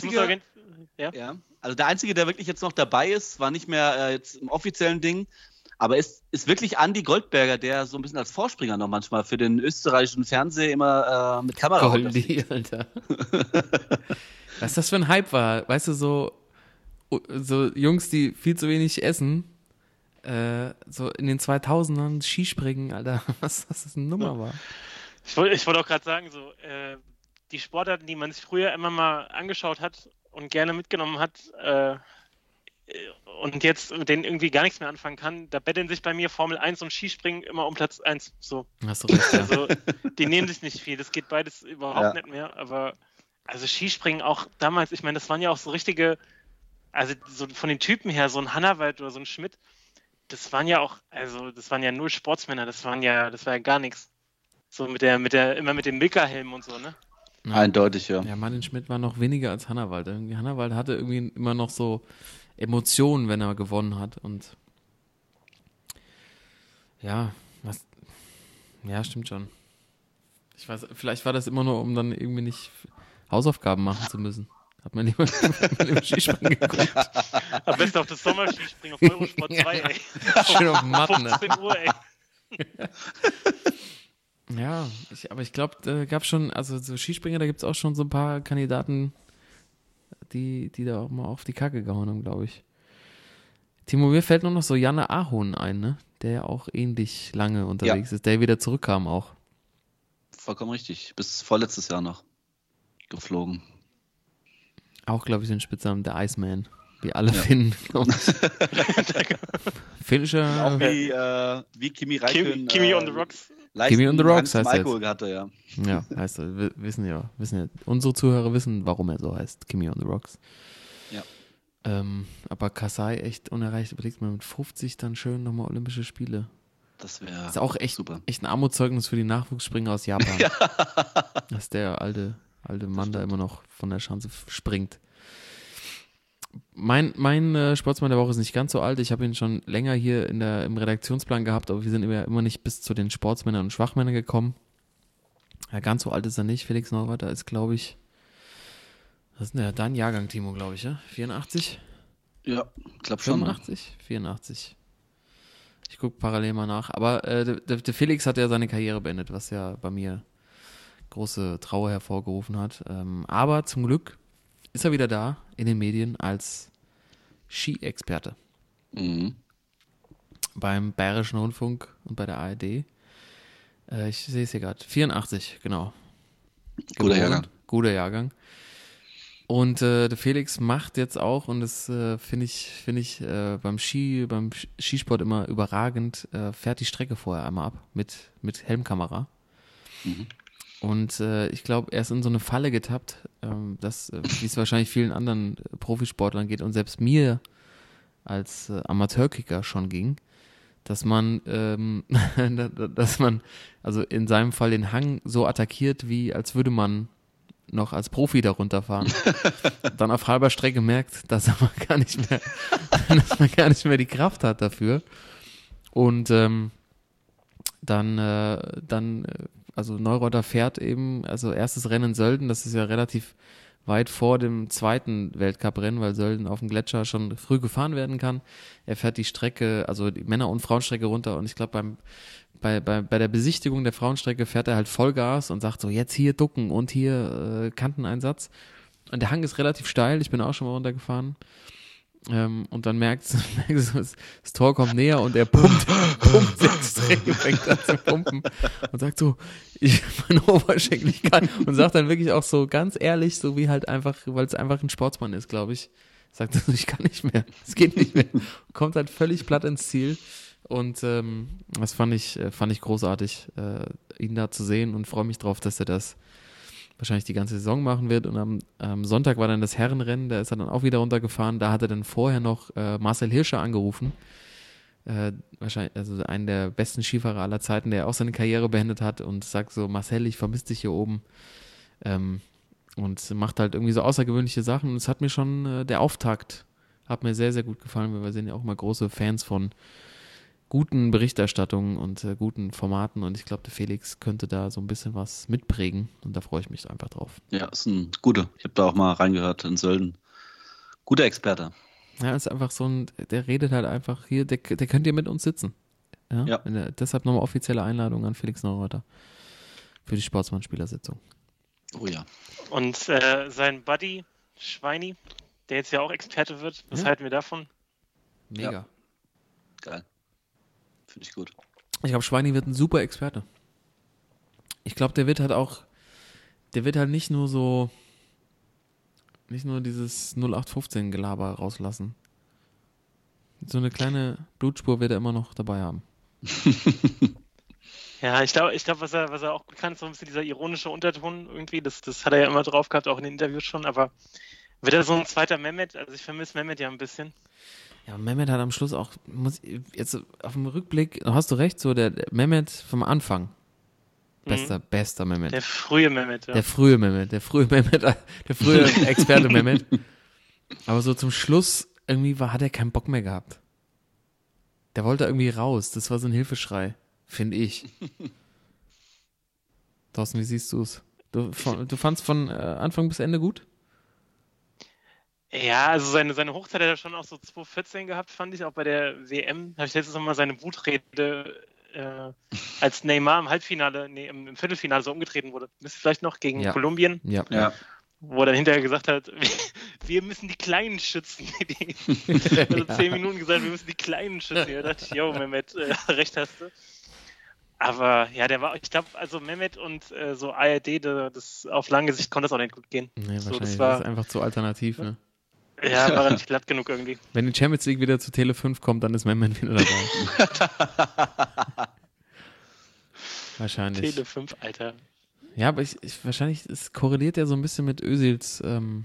Ja. Also der Einzige, der wirklich jetzt noch dabei ist, war nicht mehr jetzt im offiziellen Ding, Aber ist wirklich Andi Goldberger, der so ein bisschen als Vorspringer noch manchmal für den österreichischen Fernseher immer mit Kamera Goldi, Alter. Was das für ein Hype war. Weißt du, so Jungs, die viel zu wenig essen, so in den 2000ern Skispringen, Alter, was das eine Nummer war. Ich wollte auch gerade sagen, so die Sportarten, die man sich früher immer mal angeschaut hat und gerne mitgenommen hat und jetzt mit denen irgendwie gar nichts mehr anfangen kann, da betteln sich bei mir Formel 1 und Skispringen immer um Platz 1. So. Hast du recht, ja. Also die nehmen sich nicht viel, das geht beides überhaupt nicht mehr, aber also Skispringen auch damals, ich meine, das waren ja auch so richtige, also so von den Typen her, so ein Hannawald oder so ein Schmidt, das waren ja null Sportsmänner, das war ja gar nichts. So immer mit dem Milka-Helm und so, ne? Ja. Eindeutig, ja. Ja, Martin Schmidt war noch weniger als Hannawald. Irgendwie Hannawald hatte irgendwie immer noch so Emotionen, wenn er gewonnen hat. Und ja, stimmt schon. Ich weiß, vielleicht war das immer nur, um dann irgendwie nicht Hausaufgaben machen zu müssen. Hat man lieber Skispringen geguckt. Am besten auf das Sommerskispringen auf Eurosport 2, ey. Schön auf dem Matten, ne? 15 Uhr, ey. Ja, aber ich glaube, da gab schon, also so Skispringer, da gibt es auch schon so ein paar Kandidaten, die da auch mal auf die Kacke gehauen haben, glaube ich. Timo, mir fällt nur noch so Janne Ahon ein, ne? Der ja auch ähnlich lange unterwegs ist, der wieder zurückkam auch. Vollkommen richtig. Bis vorletztes Jahr noch geflogen. Auch, glaube ich, den Spitznamen der Iceman. Wie alle Finnen, glaube ich. Finnischer. Auch wie Kimi Räikkönen. Kimi on the Rocks. Kimi on the Rocks heißt er Alkohol hatte, ja. Ja, heißt er. Wir wissen ja. Unsere Zuhörer wissen, warum er so heißt. Kimi on the Rocks. Ja. Aber Kasai echt unerreicht. Überlegt mal mit 50 dann schön nochmal Olympische Spiele. Das wäre ist auch echt super. Echt ein Armutszeugnis für die Nachwuchsspringer aus Japan. Dass der alte Mann da immer noch von der Schanze springt. Mein Sportsmann der Woche ist nicht ganz so alt. Ich habe ihn schon länger hier im Redaktionsplan gehabt, aber wir sind immer nicht bis zu den Sportsmännern und Schwachmännern gekommen. Ja, ganz so alt ist er nicht. Felix Neureuther ist, glaube ich, was ist denn der? Dein Jahrgang, Timo, glaube ich, ja? 84? Ja, ich glaube schon. 85? 84. Ich gucke parallel mal nach. Aber der Felix hat ja seine Karriere beendet, was ja bei mir große Trauer hervorgerufen hat. Aber zum Glück ist er wieder da in den Medien als Ski-Experte. Mhm. Beim Bayerischen Rundfunk und bei der ARD. Ich sehe es hier gerade. 84, genau. Guter Jahrgang. Guter Jahrgang. Und der Felix macht jetzt auch, und das finde ich beim Skisport immer überragend, fährt die Strecke vorher einmal ab mit Helmkamera. Mhm. Und ich glaube, er ist in so eine Falle getappt, wie es wahrscheinlich vielen anderen Profisportlern geht und selbst mir als Amateurkicker schon ging, dass man also in seinem Fall den Hang so attackiert, wie als würde man noch als Profi da runterfahren. Dann auf halber Strecke merkt, dass man gar nicht mehr die Kraft hat dafür. Und also Neureuther fährt eben, also erstes Rennen in Sölden, das ist ja relativ weit vor dem zweiten Weltcuprennen, weil Sölden auf dem Gletscher schon früh gefahren werden kann. Er fährt die Strecke, also die Männer- und Frauenstrecke runter, und ich glaube bei der Besichtigung der Frauenstrecke fährt er halt Vollgas und sagt so, jetzt hier ducken und hier Kanteneinsatz. Und der Hang ist relativ steil, ich bin auch schon mal runtergefahren. Und dann merkst du, das Tor kommt näher und er pumpt extrem, fängt an zu pumpen und sagt so, mein Oberschenkel, ich kann, und sagt dann wirklich auch so ganz ehrlich, so wie halt einfach, weil es einfach ein Sportsmann ist, glaube ich, sagt er so, ich kann nicht mehr, es geht nicht mehr, kommt halt völlig platt ins Ziel. Und das fand ich großartig, ihn da zu sehen, und freue mich drauf, dass er das wahrscheinlich die ganze Saison machen wird. Und am Sonntag war dann das Herrenrennen, da ist er dann auch wieder runtergefahren. Da hat er dann vorher noch Marcel Hirscher angerufen, wahrscheinlich, also einen der besten Skifahrer aller Zeiten, der auch seine Karriere beendet hat, und sagt so, Marcel, ich vermisse dich hier oben. Und macht halt irgendwie so außergewöhnliche Sachen. Und es hat mir schon, der Auftakt hat mir sehr, sehr gut gefallen, weil wir sind ja auch mal große Fans von guten Berichterstattungen und guten Formaten, und ich glaube, der Felix könnte da so ein bisschen was mitprägen, und da freue ich mich einfach drauf. Ja, ist ein guter. Ich habe da auch mal reingehört in Sölden. Guter Experte. Ja, ist einfach so der redet halt einfach hier, der könnt ihr mit uns sitzen. Ja. Ja. Deshalb nochmal offizielle Einladung an Felix Neureuther für die Sportsmann-Spielersitzung. Oh ja. Und sein Buddy Schweini, der jetzt ja auch Experte wird, was Ja. halten wir davon? Mega. Ja. Geil. Finde ich gut. Ich glaube, Schweini wird ein super Experte. Ich glaube, der wird halt nicht nur dieses 0815-Gelaber rauslassen. So eine kleine Blutspur wird er immer noch dabei haben. Ja, ich glaube, was er auch gut kann, ist so ein bisschen dieser ironische Unterton irgendwie. Das hat er ja immer drauf gehabt, auch in den Interviews schon. Aber wird er so ein zweiter Mehmet? Also ich vermisse Mehmet ja ein bisschen. Ja, Mehmet hat am Schluss auch, jetzt auf dem Rückblick, hast du recht, so der Mehmet vom Anfang. Bester Mehmet. Der frühe Mehmet, ja. Der frühe Experte Mehmet. Aber so zum Schluss irgendwie hat er keinen Bock mehr gehabt. Der wollte irgendwie raus. Das war so ein Hilfeschrei, finde ich. Thorsten, wie siehst du es? Du fandst von Anfang bis Ende gut? Ja, also seine Hochzeit hat er schon auch so 2014 gehabt, fand ich. Auch bei der WM habe ich letztes Mal seine Wutrede als Neymar im Viertelfinale so umgetreten wurde. Wisst ihr vielleicht noch, gegen Ja. Kolumbien, Ja. Ja. wo er dann hinterher gesagt hat, wir müssen die Kleinen schützen. Also 10 Minuten gesagt, wir müssen die Kleinen schützen. Da dachte ich, jo, Mehmet, recht hast du. Aber ja, ich glaube, also Mehmet und so ARD, das auf lange Sicht konnte das auch nicht gut gehen. Nee, So, wahrscheinlich. das Das war- ist einfach zu alternativ, ne? Ja, war nicht glatt genug irgendwie. Wenn die Champions League wieder zu Tele 5 kommt, dann ist Mehmet wieder dabei. Wahrscheinlich. Tele 5, Alter. Ja, aber wahrscheinlich, es korreliert ja so ein bisschen mit Özils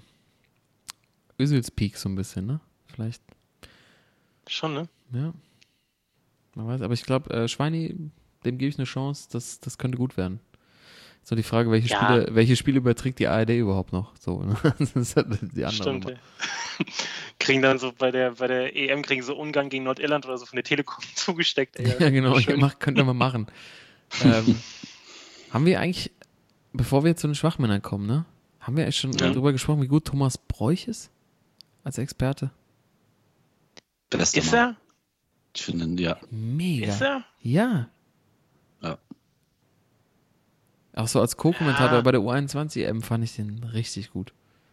Peak so ein bisschen, ne? Vielleicht, Schon, ne? ja. Man weiß, aber ich glaube, Schweini, dem gebe ich eine Chance, das könnte gut werden. So die Frage, welche Spiele überträgt die ARD überhaupt noch? So, ne? Das ist halt die andere Stimmt, Nummer. ja. Kriegen dann so bei der EM kriegen so Ungarn gegen Nordirland oder so von der Telekom zugesteckt. Ey. Ja, genau, Schön. könnt ihr mal machen. Haben wir eigentlich, bevor wir zu den Schwachmännern kommen, ne? Haben wir eigentlich schon darüber gesprochen, wie gut Thomas Bräuch ist? Als Experte? Bester Ist Mann. er? Ich finde, ja. Mega. Ist er? Ja. Ja. Auch so als Co-Kommentator Ja. bei der U21 fand ich den richtig gut.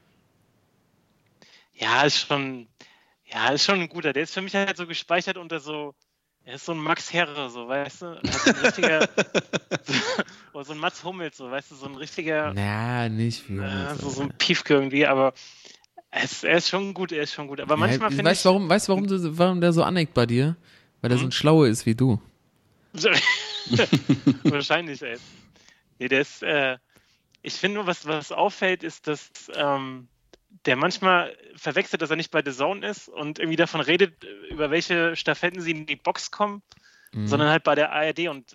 Ja, ist schon ein guter. Der ist für mich halt so gespeichert unter so, er ist so ein Max Herre, so, weißt du? Halt so ein richtiger, oder so ein Mats Hummels, so, weißt du, so ein richtiger, Na, nicht wie so ein Piefke irgendwie, aber er ist schon gut, Aber manchmal finde ich, Weißt du, warum der so aneckt bei dir? Weil der so ein Schlauer ist wie du. wahrscheinlich, ey. Nee, der ist, ich finde nur, was auffällt, ist, dass der manchmal verwechselt, dass er nicht bei The Zone ist und irgendwie davon redet, über welche Staffetten sie in die Box kommen, sondern halt bei der ARD und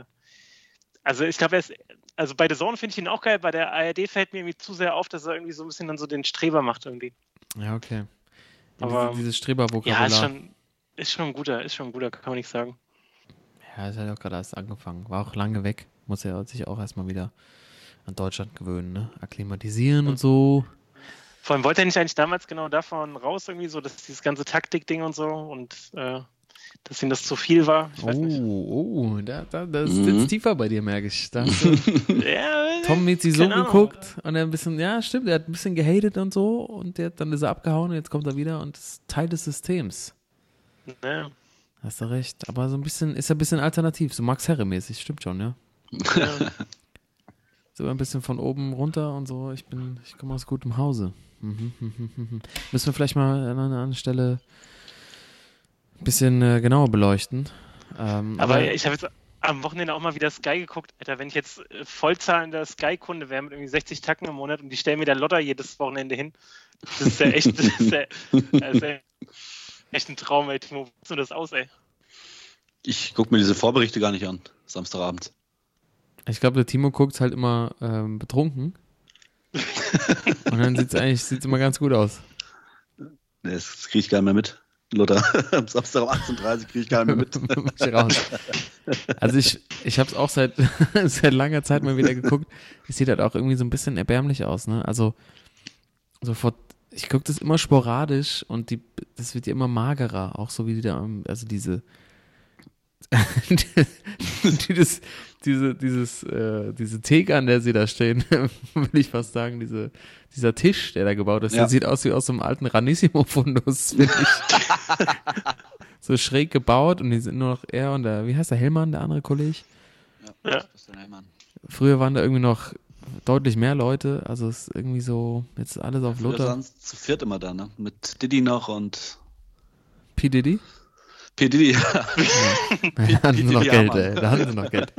also ich glaube, also bei The Zone finde ich ihn auch geil, bei der ARD fällt mir irgendwie zu sehr auf, dass er irgendwie so ein bisschen dann so den Streber macht irgendwie. Ja, okay. Aber Dieses Strebervokabular. ja, ist schon ein guter, kann man nicht sagen. Ja, ist halt auch gerade erst angefangen. War auch lange weg. Muss er sich auch erstmal wieder an Deutschland gewöhnen, ne? Akklimatisieren und so. Vor allem wollte er nicht eigentlich damals genau davon raus, irgendwie so, dass dieses ganze Taktik-Ding und so und dass ihm das zu viel war. Ich weiß nicht. Das sitzt tiefer bei dir, merke ich. Da hast du Ja, Tom Mitzi so keine Ahnung. geguckt und er ein bisschen, ja, stimmt, er hat ein bisschen gehatet und so und dann ist er abgehauen und jetzt kommt er wieder und ist Teil des Systems. Ja. Hast du recht. Aber so ein bisschen, ist er ein bisschen alternativ, so Max Herre-mäßig, stimmt schon, ja. Ja. So ein bisschen von oben runter und so, ich komme aus gutem Hause. Müssen wir vielleicht mal an einer Stelle ein bisschen genauer beleuchten. Aber ich habe jetzt am Wochenende auch mal wieder Sky geguckt. Alter, wenn ich jetzt vollzahlender Sky-Kunde wäre mit irgendwie 60 Tacken im Monat und die stellen mir da Lotter jedes Wochenende hin, das ist ja echt, das ist ja echt ein Traum, ey. Timo, wie machst du das aus, ey? Ich gucke mir diese Vorberichte gar nicht an, Samstagabend. Ich glaube, der Timo guckt halt immer betrunken. Und dann sieht's immer ganz gut aus. Nee, das kriege ich gar nicht mehr mit. Lothar, am Samstag um 18:30 Uhr kriege ich gar nicht mehr mit. Mach ich raus. Also ich habe es auch seit langer Zeit mal wieder geguckt. Es sieht halt auch irgendwie so ein bisschen erbärmlich aus, ne? Also so Ich gucke das immer sporadisch und das wird ja immer magerer, auch so wie die da, also diese diese Theke, an der sie da stehen, will ich fast sagen, dieser Tisch, der da gebaut ist, der sieht aus wie aus so einem alten Ranissimo-Fundus, finde ich. So schräg gebaut und die sind nur noch er und der, wie heißt der, Hellmann, der andere Kollege? Ja, das ist der Hellmann. Früher waren da irgendwie noch deutlich mehr Leute, also es ist irgendwie so, jetzt alles auf Wir Luther. waren zu viert immer da, ne? Mit Diddy noch und P. Diddy? P. Diddy. Da hatten sie noch Diddy Geld, Hamann. ey. Da hatten sie noch Geld.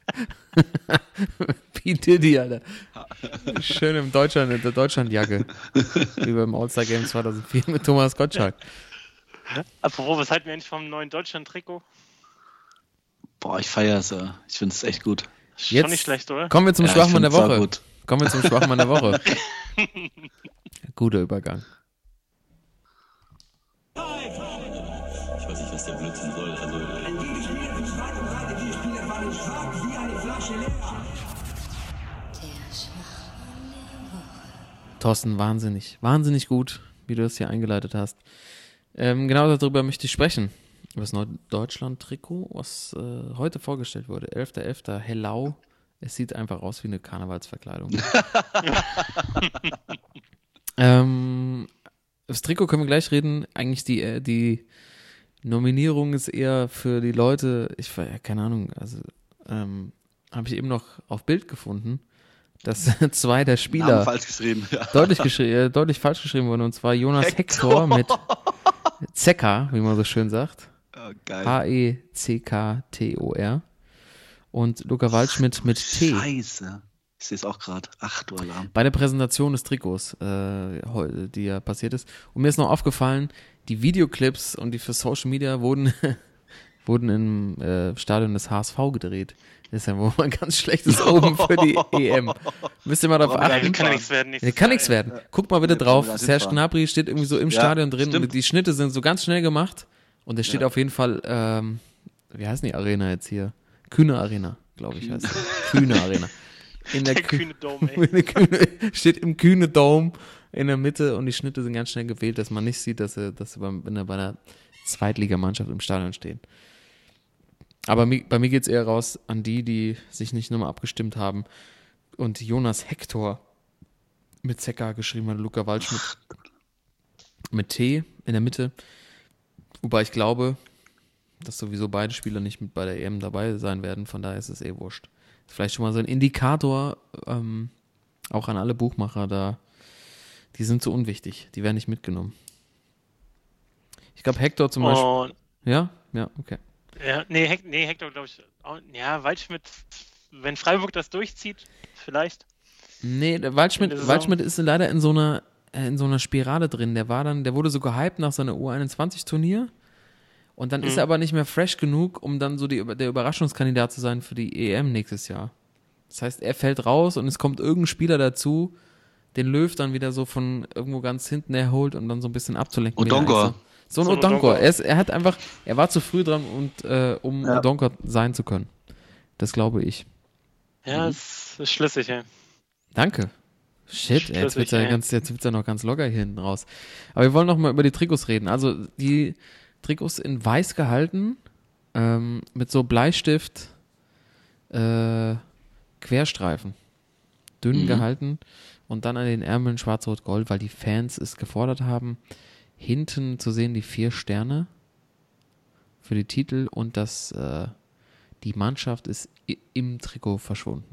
P. Diddy, Alter. Schön in der Deutschlandjacke. Wie beim All-Star Game 2004 mit Thomas Gottschalk. Apropos, was halten wir eigentlich vom neuen Deutschland-Trikot? Boah, ich feiere es. Ich finde es echt gut. Jetzt Schon nicht schlecht, oder? kommen wir zum Ja, ich Schwachmann der find's Woche. saugut. Kommen wir zum Schwachmann der Woche. Guter Übergang. Ich weiß nicht, was der Blödsinn soll. Also, Thorsten, wahnsinnig gut, wie du das hier eingeleitet hast. Genau darüber möchte ich sprechen. Über das neue Deutschland-Trikot, was heute vorgestellt wurde. 11.11. Hellau. Es sieht einfach aus wie eine Karnevalsverkleidung. Das Trikot können wir gleich reden. Eigentlich die Nominierung ist eher für die Leute, keine Ahnung, also habe ich eben noch auf Bild gefunden, dass zwei der Namen Spieler falsch geschrieben. Ja. deutlich falsch geschrieben wurden, und zwar Jonas Hector mit Zecker, wie man so schön sagt. Oh, geil. Hektor. Und Luca Waldschmidt mit T. Scheiße. Ich sehe es auch gerade. Ach du Alarm. Bei der Präsentation des Trikots, die ja passiert ist. Und mir ist noch aufgefallen, die Videoclips und die für Social Media wurden im Stadion des HSV gedreht. Das ist ja wohl ein ganz schlechtes Oben für die EM. Müsst ihr mal darauf Warum achten. Kann ja nichts werden. Ja, kann nichts werden. Guckt mal bitte Nee, drauf. wollen wir da Serge hinfahren. Gnabry steht irgendwie so im Ja, Stadion drin stimmt. und die Schnitte sind so ganz schnell gemacht. Und es steht auf jeden Fall, wie heißt die Arena jetzt hier? Kühne Arena, glaube ich, heißt sie. Kühne Arena. In der Der kühne Dome, ey. Steht im Kühne Dome in der Mitte und die Schnitte sind ganz schnell gewählt, dass man nicht sieht, dass sie bei einer Zweitligamannschaft im Stadion stehen. Aber bei mir geht es eher raus an die sich nicht nochmal abgestimmt haben und Jonas Hector mit Zecker geschrieben hat, Luca Waldschmidt mit T in der Mitte. Wobei ich glaube, dass sowieso beide Spieler nicht mit bei der EM dabei sein werden, von daher ist es eh wurscht. Vielleicht schon mal so ein Indikator, auch an alle Buchmacher da, die sind so unwichtig, die werden nicht mitgenommen. Ich glaube Hector zum Beispiel, Und, ja, okay. ja, Hector, glaube ich. Ja, Waldschmidt, wenn Freiburg das durchzieht, vielleicht. Nee, der In der Saison. Waldschmidt ist leider in so einer Spirale drin. Der wurde so gehypt nach seiner U21-Turnier und dann ist er aber nicht mehr fresh genug, um dann so der Überraschungskandidat zu sein für die EM nächstes Jahr. Das heißt, er fällt raus und es kommt irgendein Spieler dazu, den Löw dann wieder so von irgendwo ganz hinten erholt und dann so ein bisschen abzulenken. Odonkor. So ein So ein Odonkor. Odonkor. Er war zu früh dran, um Odonkor sein zu können. Das glaube ich. Ja, das ist schlüssig, ey. Danke. Shit, ey, jetzt wird's ja Schlüssig, jetzt wird's ja noch ganz locker hier hinten raus. Aber wir wollen noch mal über die Trikots reden. Also die Trikots in weiß gehalten, mit so Bleistift Querstreifen. Dünn gehalten und dann an den Ärmeln schwarz-rot-gold, weil die Fans es gefordert haben. Hinten zu sehen die 4 Sterne für die Titel und die Mannschaft ist im Trikot verschwunden.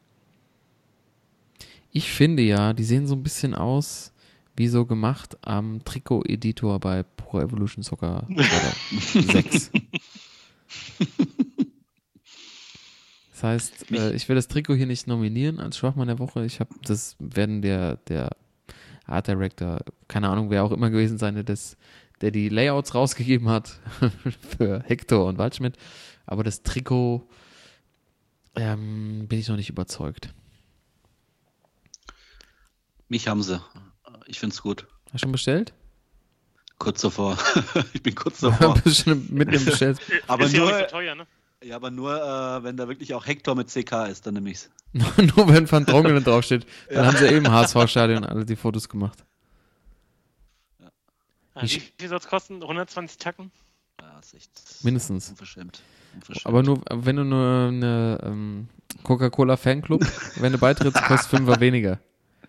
Ich finde ja, die sehen so ein bisschen aus wie so gemacht am Trikot-Editor bei Pro Evolution Soccer 6. Das heißt, ich will das Trikot hier nicht nominieren als Schwachmann der Woche. Das werden der Art Director, keine Ahnung, wer auch immer gewesen sein, der die Layouts rausgegeben hat für Hector und Waldschmidt. Aber das Trikot bin ich noch nicht überzeugt. Mich haben sie. Ich find's gut. Hast du schon bestellt? Kurz davor. Ich bin kurz davor. Bist schon mit dem bestellt? Aber ist ja auch nur, nicht so teuer, ne? ja, aber nur, wenn da wirklich auch Hector mit CK ist, dann nehme ich's. Nur wenn Van Drongelen draufsteht. Dann haben sie eben im HSV-Stadion alle die Fotos gemacht. Wie viel soll es kosten? 120 Tacken? Ja, ist echt Mindestens. unverschämt. Aber nur, wenn du nur eine Coca-Cola Fanclub, wenn du beitrittst, kostet 5er weniger.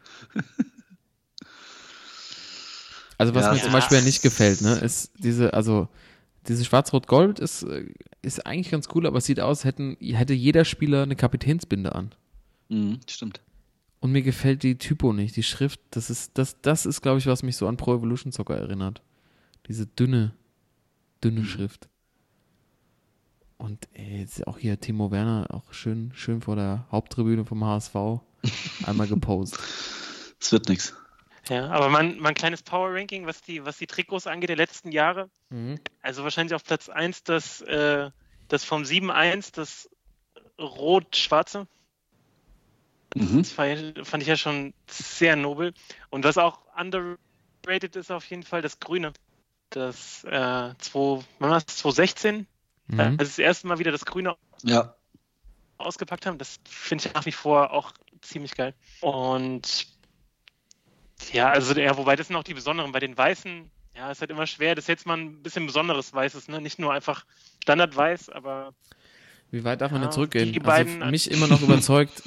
Also was Ja, mir zum Beispiel ja nicht gefällt, ne, ist diese Schwarz-Rot-Gold ist eigentlich ganz cool, aber es sieht aus, hätte jeder Spieler eine Kapitänsbinde an. Stimmt. Und mir gefällt die Typo nicht, die Schrift, das ist, glaube ich, was mich so an Pro Evolution Soccer erinnert. Diese dünne Schrift. Und jetzt auch hier Timo Werner, auch schön vor der Haupttribüne vom HSV einmal gepostet. Es wird nichts. Ja, aber mein kleines Power-Ranking, was die Trikots angeht der letzten Jahre. Also wahrscheinlich auf Platz 1 das vom 7-1, das rot-schwarze. Das fand ich ja schon sehr nobel. Und was auch underrated ist auf jeden Fall, das Grüne. Das 2016, als das erste Mal wieder das Grüne ausgepackt haben. Das finde ich nach wie vor auch ziemlich geil. Und ja, also wobei das sind auch die besonderen. Bei den Weißen, ja, ist halt immer schwer. Das ist jetzt mal ein bisschen besonderes Weißes, ne? Nicht nur Standardweiß, aber wie weit darf man denn zurückgehen? Die beiden, also mich immer noch überzeugt,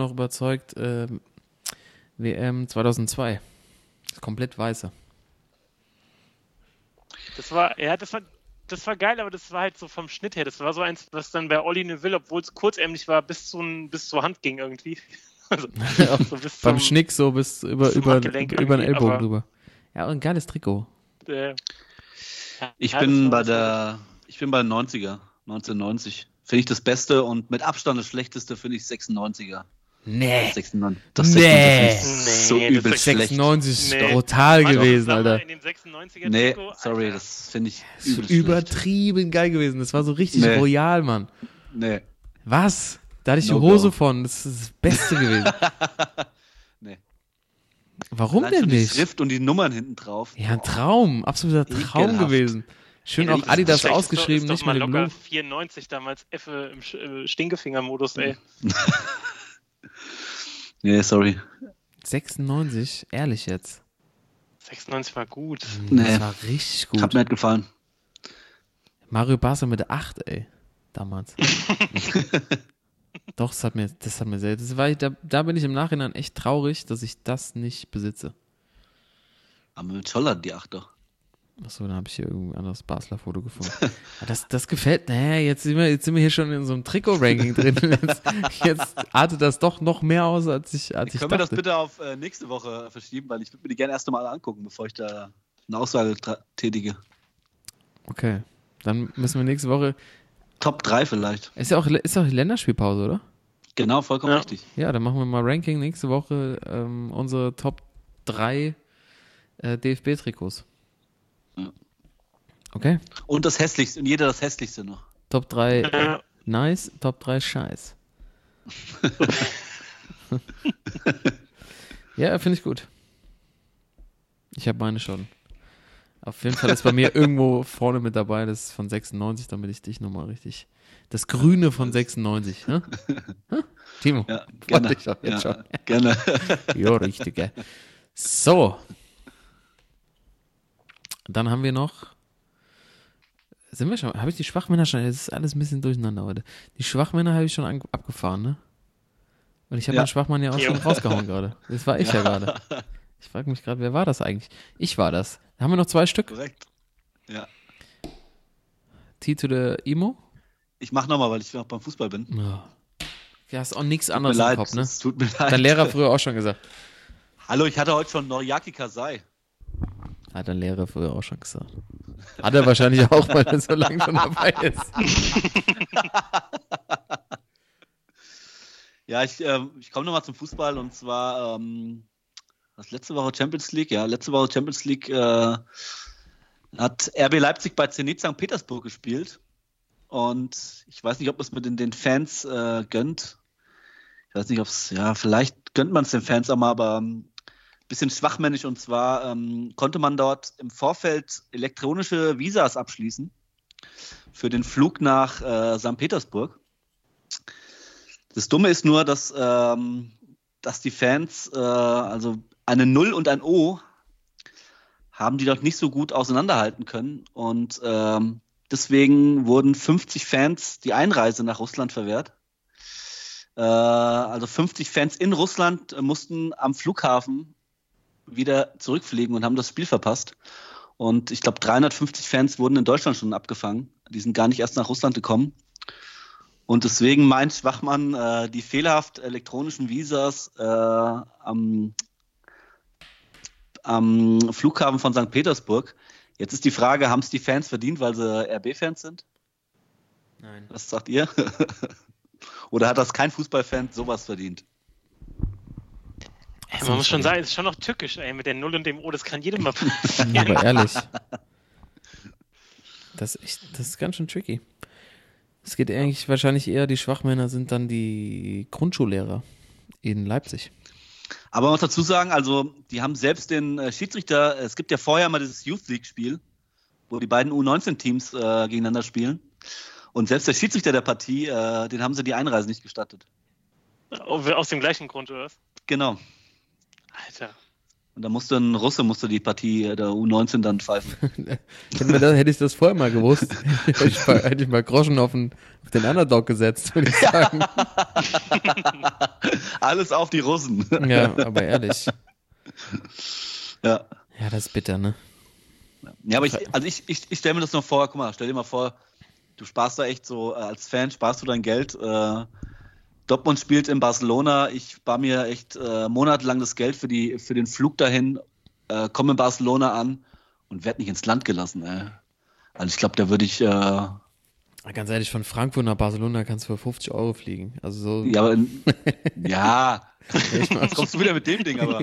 WM 2002. Das komplett weiße. Das war geil, aber das war halt so vom Schnitt her. Das war so eins, was dann bei Olli Neville, obwohl es kurzärmlich war, bis zur Hand ging irgendwie. Also, so beim Schnick so bis über den Ellbogen drüber. Ja, und ein geiles Trikot. Ich bin bei den 90er, 1990. Finde ich das Beste und mit Abstand das Schlechteste finde ich 96er. Nee. 96. Das 96 ist so übel schlecht. 96 ist brutal gewesen, Alter. In dem 96er Trikot, sorry, das finde ich übel übertrieben geil gewesen. Das war so richtig royal, Mann. Nee. Was? Da hatte ich die Hose von. Das ist das Beste gewesen. Nee. Warum denn nicht? Die Schrift und die Nummern hinten drauf. Ja, ein Traum. Absoluter Traum gewesen. Schön auch Adidas ausgeschrieben, nicht mit dem Logo. 94 damals Effe im Stinkefinger-Modus, ey. Nee, sorry. 96? Ehrlich jetzt? 96 war gut. Das war richtig gut. Hat mir nicht gefallen. Mario Basler mit 8, ey. Damals. Doch, das hat mir sehr... Da bin ich im Nachhinein echt traurig, dass ich das nicht besitze. Aber mit Scholler die 8 doch. Achso, dann habe ich hier irgendein anderes Basler Foto gefunden. Das gefällt, jetzt sind wir hier schon in so einem Trikot-Ranking drin. Jetzt artet das doch noch mehr aus, als ich dachte. Können wir das bitte auf nächste Woche verschieben, weil ich würde mir die gerne erst einmal angucken, bevor ich da eine Aussage tätige. Okay, dann müssen wir nächste Woche... Top 3 vielleicht. Ist ja auch Länderspielpause, oder? Genau, vollkommen richtig. Ja, dann machen wir mal Ranking nächste Woche, unsere Top 3 DFB-Trikots. Ja. Okay. Und das Hässlichste, und jeder das Hässlichste noch. Top 3 nice, Top 3 scheiß. Ja, finde ich gut. Ich habe meine schon. Auf jeden Fall ist bei mir irgendwo vorne mit dabei, das ist von 96, damit ich dich nochmal richtig... Das Grüne von 96, ne? Timo, ja, gerne. Ich auch jetzt schon. Gerne. Ja, richtig, gell. So. Dann haben wir noch... Sind wir schon... Habe ich die Schwachmänner schon... Das ist alles ein bisschen durcheinander heute. Die Schwachmänner habe ich schon abgefahren, ne? Und ich habe meinen Schwachmann ja auch schon rausgehauen gerade. Das war ich ja gerade. Ich frage mich gerade, wer war das eigentlich? Ich war das. Da haben wir noch 2 Stück. Korrekt. Ja. T to the Emo. Ich mach nochmal, weil ich noch beim Fußball bin. Oh. Du hast auch nichts anderes im Kopf, ne? Es tut mir leid. Dein Lehrer früher auch schon gesagt. Hallo, ich hatte heute schon Noriaki Kasai. Hat dein Lehrer früher auch schon gesagt. Hat er wahrscheinlich auch, weil er so lange schon dabei ist. Ja, ich komme nochmal zum Fußball und zwar letzte Woche Champions League. Ja, letzte Woche Champions League hat RB Leipzig bei Zenit St. Petersburg gespielt. Und ich weiß nicht, ob es mit den Fans gönnt. Ich weiß nicht, ob es, vielleicht gönnt man es den Fans auch mal, aber ein bisschen schwachmännisch. Und zwar konnte man dort im Vorfeld elektronische Visas abschließen für den Flug nach St. Petersburg. Das Dumme ist nur, dass die Fans, also eine 0 und ein O, haben die doch nicht so gut auseinanderhalten können. Und deswegen wurden 50 Fans die Einreise nach Russland verwehrt. Also 50 Fans in Russland mussten am Flughafen wieder zurückfliegen und haben das Spiel verpasst. Und ich glaube, 350 Fans wurden in Deutschland schon abgefangen. Die sind gar nicht erst nach Russland gekommen. Und deswegen meint Schwachmann, die fehlerhaft elektronischen Visas am Flughafen von St. Petersburg. Jetzt ist die Frage, haben es die Fans verdient, weil sie RB-Fans sind? Nein. Was sagt ihr? Oder hat das kein Fußballfan sowas verdient? Man muss schon sagen, es ist schon noch tückisch, ey, mit der 0 und dem O, das kann jedem mal passieren. Ja, aber ehrlich. Das ist ganz schön tricky. Es geht eigentlich wahrscheinlich eher, die Schwachmänner sind dann die Grundschullehrer in Leipzig. Aber man muss dazu sagen, also die haben selbst den Schiedsrichter, es gibt ja vorher mal dieses Youth League-Spiel, wo die beiden U19-Teams gegeneinander spielen. Und selbst der Schiedsrichter der Partie, den haben sie die Einreise nicht gestattet. Aus dem gleichen Grund, oder was? Genau. Alter. Und da musste ein Russe die Partie der U19 dann pfeifen. Hätte ich das vorher mal gewusst, hätte ich mal Groschen auf den Underdog gesetzt, würde ich sagen. Alles auf die Russen. Ja, aber ehrlich. Ja. Ja, das ist bitter, ne? Ja, aber ich stelle mir das noch vor, guck mal, stell dir mal vor, du sparst da echt so, als Fan sparst du dein Geld, Dortmund spielt in Barcelona, ich spare mir echt monatelang das Geld für den Flug dahin, komme in Barcelona an und werde nicht ins Land gelassen. Also ich glaube, da würde ich... Ganz ehrlich, von Frankfurt nach Barcelona kannst du für 50 € fliegen. Also so... Ja, aber ja, jetzt kommst du wieder mit dem Ding, aber...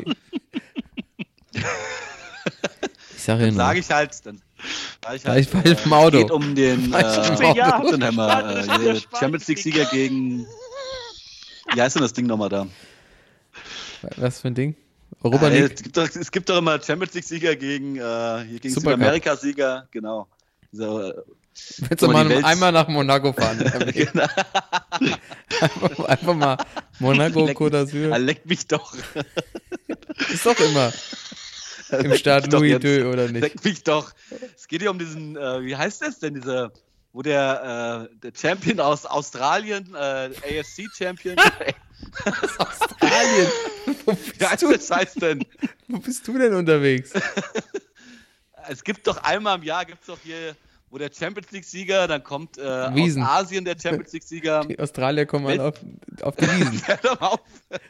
Ich sage Dann sage ich halt, ich fahre im Auto. Geht um den Tottenhammer, Champions League-Sieger gegen... Wie heißt denn das Ding nochmal da? Was für ein Ding? Europa League? Es gibt doch immer Champions League-Sieger gegen Südamerika-Sieger, genau. Willst du mal einmal nach Monaco fahren? Genau. einfach mal Monaco, Côte d'Azur. Leck mich doch. Ist doch immer im Staat Louis II, oder nicht? Leck mich doch. Es geht hier um diesen, wie heißt das denn, wo der Champion aus Australien, AFC-Champion. Aus Australien? Was heißt denn? Wo bist du denn unterwegs? Es gibt doch einmal im Jahr, hier, wo der Champions League-Sieger, dann kommt aus Asien der Champions League-Sieger. Die Australier kommen alle auf die Wiesen. Hör doch mal auf.